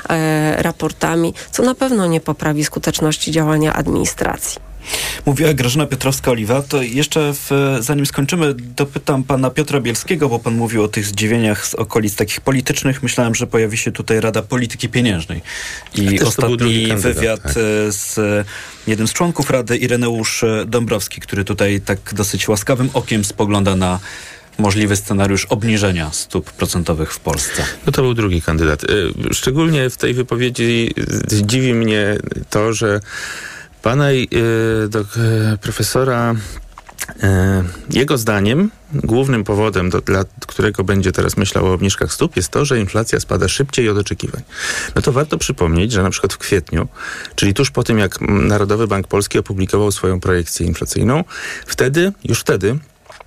e, raportami, co na pewno nie poprawi skuteczności działania administracji. Mówiła Grażyna Piotrowska-Oliwa. To jeszcze w, zanim skończymy, dopytam pana Piotra Bielskiego, bo pan mówił o tych zdziwieniach z okolic takich politycznych. Myślałem, że pojawi się tutaj Rada Polityki Pieniężnej. I ostatni wywiad tak. z jednym z członków Rady, Ireneusz Dąbrowski, który tutaj tak dosyć łaskawym okiem spogląda na możliwy scenariusz obniżenia stóp procentowych w Polsce. No to był drugi kandydat. Szczególnie w tej wypowiedzi dziwi mnie to, że pana y, do, y, profesora, y, jego zdaniem głównym powodem, do, dla którego będzie teraz myślał o obniżkach stóp, jest to, że inflacja spada szybciej od oczekiwań. No to warto przypomnieć, że na przykład w kwietniu, czyli tuż po tym, jak Narodowy Bank Polski opublikował swoją projekcję inflacyjną, wtedy, już wtedy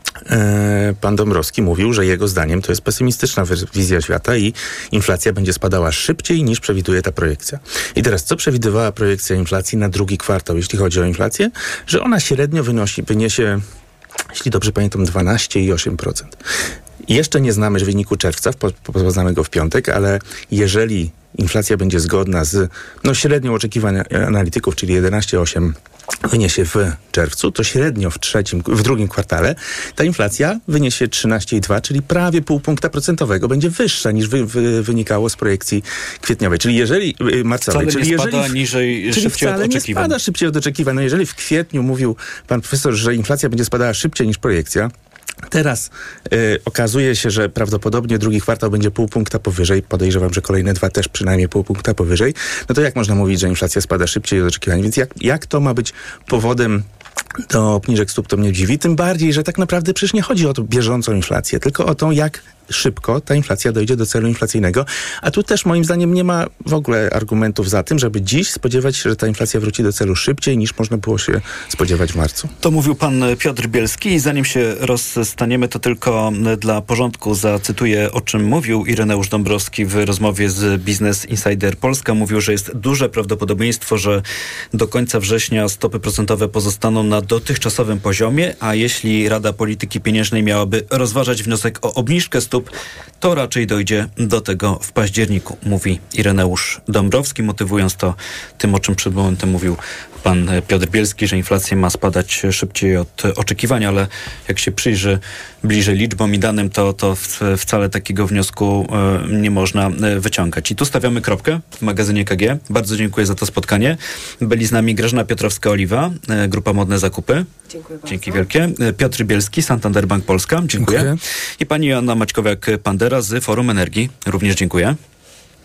pan Dąbrowski mówił, że jego zdaniem to jest pesymistyczna wizja świata i inflacja będzie spadała szybciej niż przewiduje ta projekcja. I teraz, co przewidywała projekcja inflacji na drugi kwartał, jeśli chodzi o inflację? Że ona średnio wynosi, wyniesie, jeśli dobrze pamiętam, dwanaście i osiem procent. Jeszcze nie znamy wyniku czerwca, poznamy go w piątek, ale jeżeli inflacja będzie zgodna z no, średnią oczekiwań analityków, czyli jedenaście przecinek osiem wyniesie w czerwcu, to średnio w trzecim, w drugim kwartale ta inflacja wyniesie trzynaście przecinek dwa, czyli prawie pół punkta procentowego będzie wyższa niż wy, wy, wynikało z projekcji kwietniowej. Czyli jeżeli marcowej, wcale czyli nie spada jeżeli, niżej, czyli szybciej wcale od nie oczekiwań. spada szybciej od oczekiwań. No jeżeli w kwietniu mówił pan profesor, że inflacja będzie spadała szybciej niż projekcja, teraz y, okazuje się, że prawdopodobnie drugi kwartał będzie pół punkta powyżej. Podejrzewam, że kolejne dwa też przynajmniej pół punkta powyżej. No to jak można mówić, że inflacja spada szybciej od oczekiwań? Więc jak, jak to ma być powodem do obniżek stóp, to mnie dziwi. Tym bardziej, że tak naprawdę przecież nie chodzi o tą bieżącą inflację, tylko o tą, jak szybko ta inflacja dojdzie do celu inflacyjnego. A tu też moim zdaniem nie ma w ogóle argumentów za tym, żeby dziś spodziewać się, że ta inflacja wróci do celu szybciej niż można było się spodziewać w marcu. To mówił pan Piotr Bielski i zanim się rozstaniemy, to tylko dla porządku zacytuję, o czym mówił Ireneusz Dąbrowski w rozmowie z Business Insider Polska. Mówił, że jest duże prawdopodobieństwo, że do końca września stopy procentowe pozostaną na dotychczasowym poziomie, a jeśli Rada Polityki Pieniężnej miałaby rozważać wniosek o obniżkę stóp, to raczej dojdzie do tego w październiku, mówi Ireneusz Dąbrowski, motywując to tym, o czym przed momentem mówił pan Piotr Bielski, że inflacja ma spadać szybciej od oczekiwań, ale jak się przyjrzy bliżej liczbom i danym, to, to wcale takiego wniosku e, nie można e, wyciągać. I tu stawiamy kropkę w magazynie K G. Bardzo dziękuję za to spotkanie. Byli z nami Grażyna Piotrowska-Oliwa, e, Grupa Modne Zakupy. Dziękuję bardzo. Dzięki wielkie. E, Piotr Bielski, Santander Bank Polska. Dziękuję. dziękuję. I pani Joanna Maćkowiak-Pandera z Forum Energii. Również dziękuję.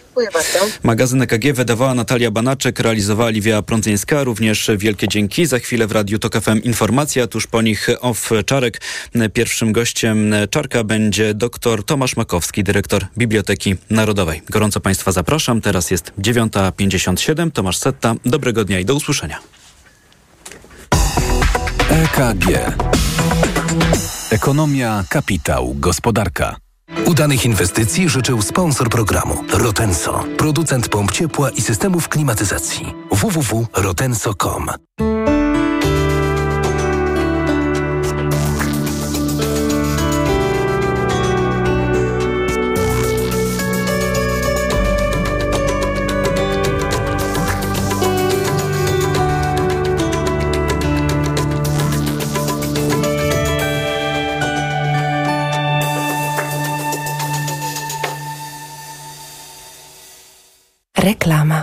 Dziękuję bardzo. Magazyn E K G wydawała Natalia Banaczek, realizowała Liwia Prądzyńska. Również wielkie dzięki. Za chwilę w Radiu Tok F M informacja, tuż po nich Off Czarek. Pierwszym gościem Czarka będzie dr Tomasz Makowski, dyrektor Biblioteki Narodowej. Gorąco Państwa zapraszam. Teraz jest dziewiąta pięćdziesiąt siedem. Tomasz Setta. Dobrego dnia i do usłyszenia. E K G. Ekonomia, kapitał, gospodarka. Udanych inwestycji życzył sponsor programu Rotenso, producent pomp ciepła i systemów klimatyzacji. w w w kropka rotenso kropka com. Reklama.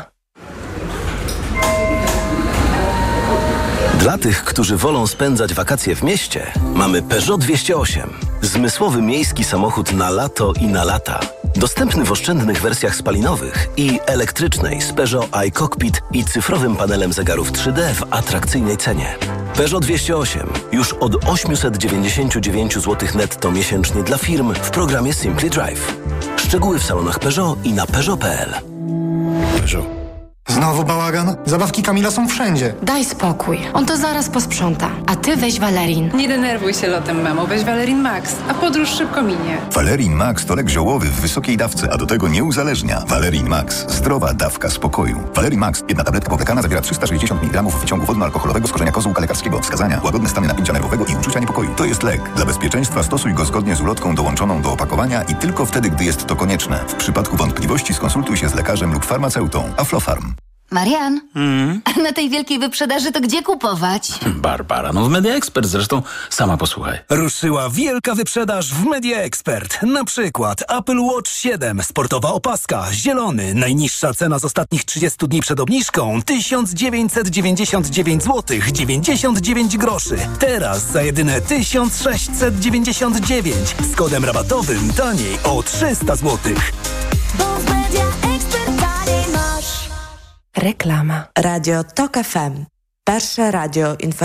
Dla tych, którzy wolą spędzać wakacje w mieście, mamy Peugeot dwieście osiem. Zmysłowy miejski samochód na lato i na lata. Dostępny w oszczędnych wersjach spalinowych i elektrycznej z Peugeot iCockpit i cyfrowym panelem zegarów trzy D w atrakcyjnej cenie. Peugeot dwieście osiem już od osiemset dziewięćdziesiąt dziewięć złotych netto miesięcznie dla firm w programie Simply Drive. Szczegóły w salonach Peugeot i na peugeot kropka p l. Peugeot. Znowu bałagan? Zabawki Kamila są wszędzie. Daj spokój. On to zaraz posprząta. A ty weź Valerin. Nie denerwuj się lotem, mamo. Weź Valerin Max, a podróż szybko minie. Valerin Max to lek ziołowy w wysokiej dawce, a do tego nie uzależnia. Valerin Max. Zdrowa dawka spokoju. Valerin Max. Jedna tabletka powlekana zawiera trzysta sześćdziesiąt miligramów wyciągu wodno-alkoholowego z korzenia kozłka lekarskiego. Wskazania: łagodne stany napięcia nerwowego i uczucia niepokoju. To jest lek. Dla bezpieczeństwa stosuj go zgodnie z ulotką dołączoną do opakowania i tylko wtedy, gdy jest to konieczne. W przypadku wątpliwości skonsultuj się z lekarzem lub farmaceutą. Aflofarm. Marian, Mm. a na tej wielkiej wyprzedaży to gdzie kupować? Barbara, no w Media Expert zresztą, sama posłuchaj. Ruszyła wielka wyprzedaż w Media Expert. Na przykład Apple Watch siedem, sportowa opaska, zielony, najniższa cena z ostatnich trzydziestu dni przed obniżką tysiąc dziewięćset dziewięćdziesiąt dziewięć złotych dziewięćdziesiąt dziewięć groszy. Teraz za jedyne tysiąc sześćset dziewięćdziesiąt dziewięć z kodem rabatowym taniej o trzysta złotych. Bo w Media Expert taniej masz. Reklama. Radio Tok F M. Pierwsze radio informacyjne.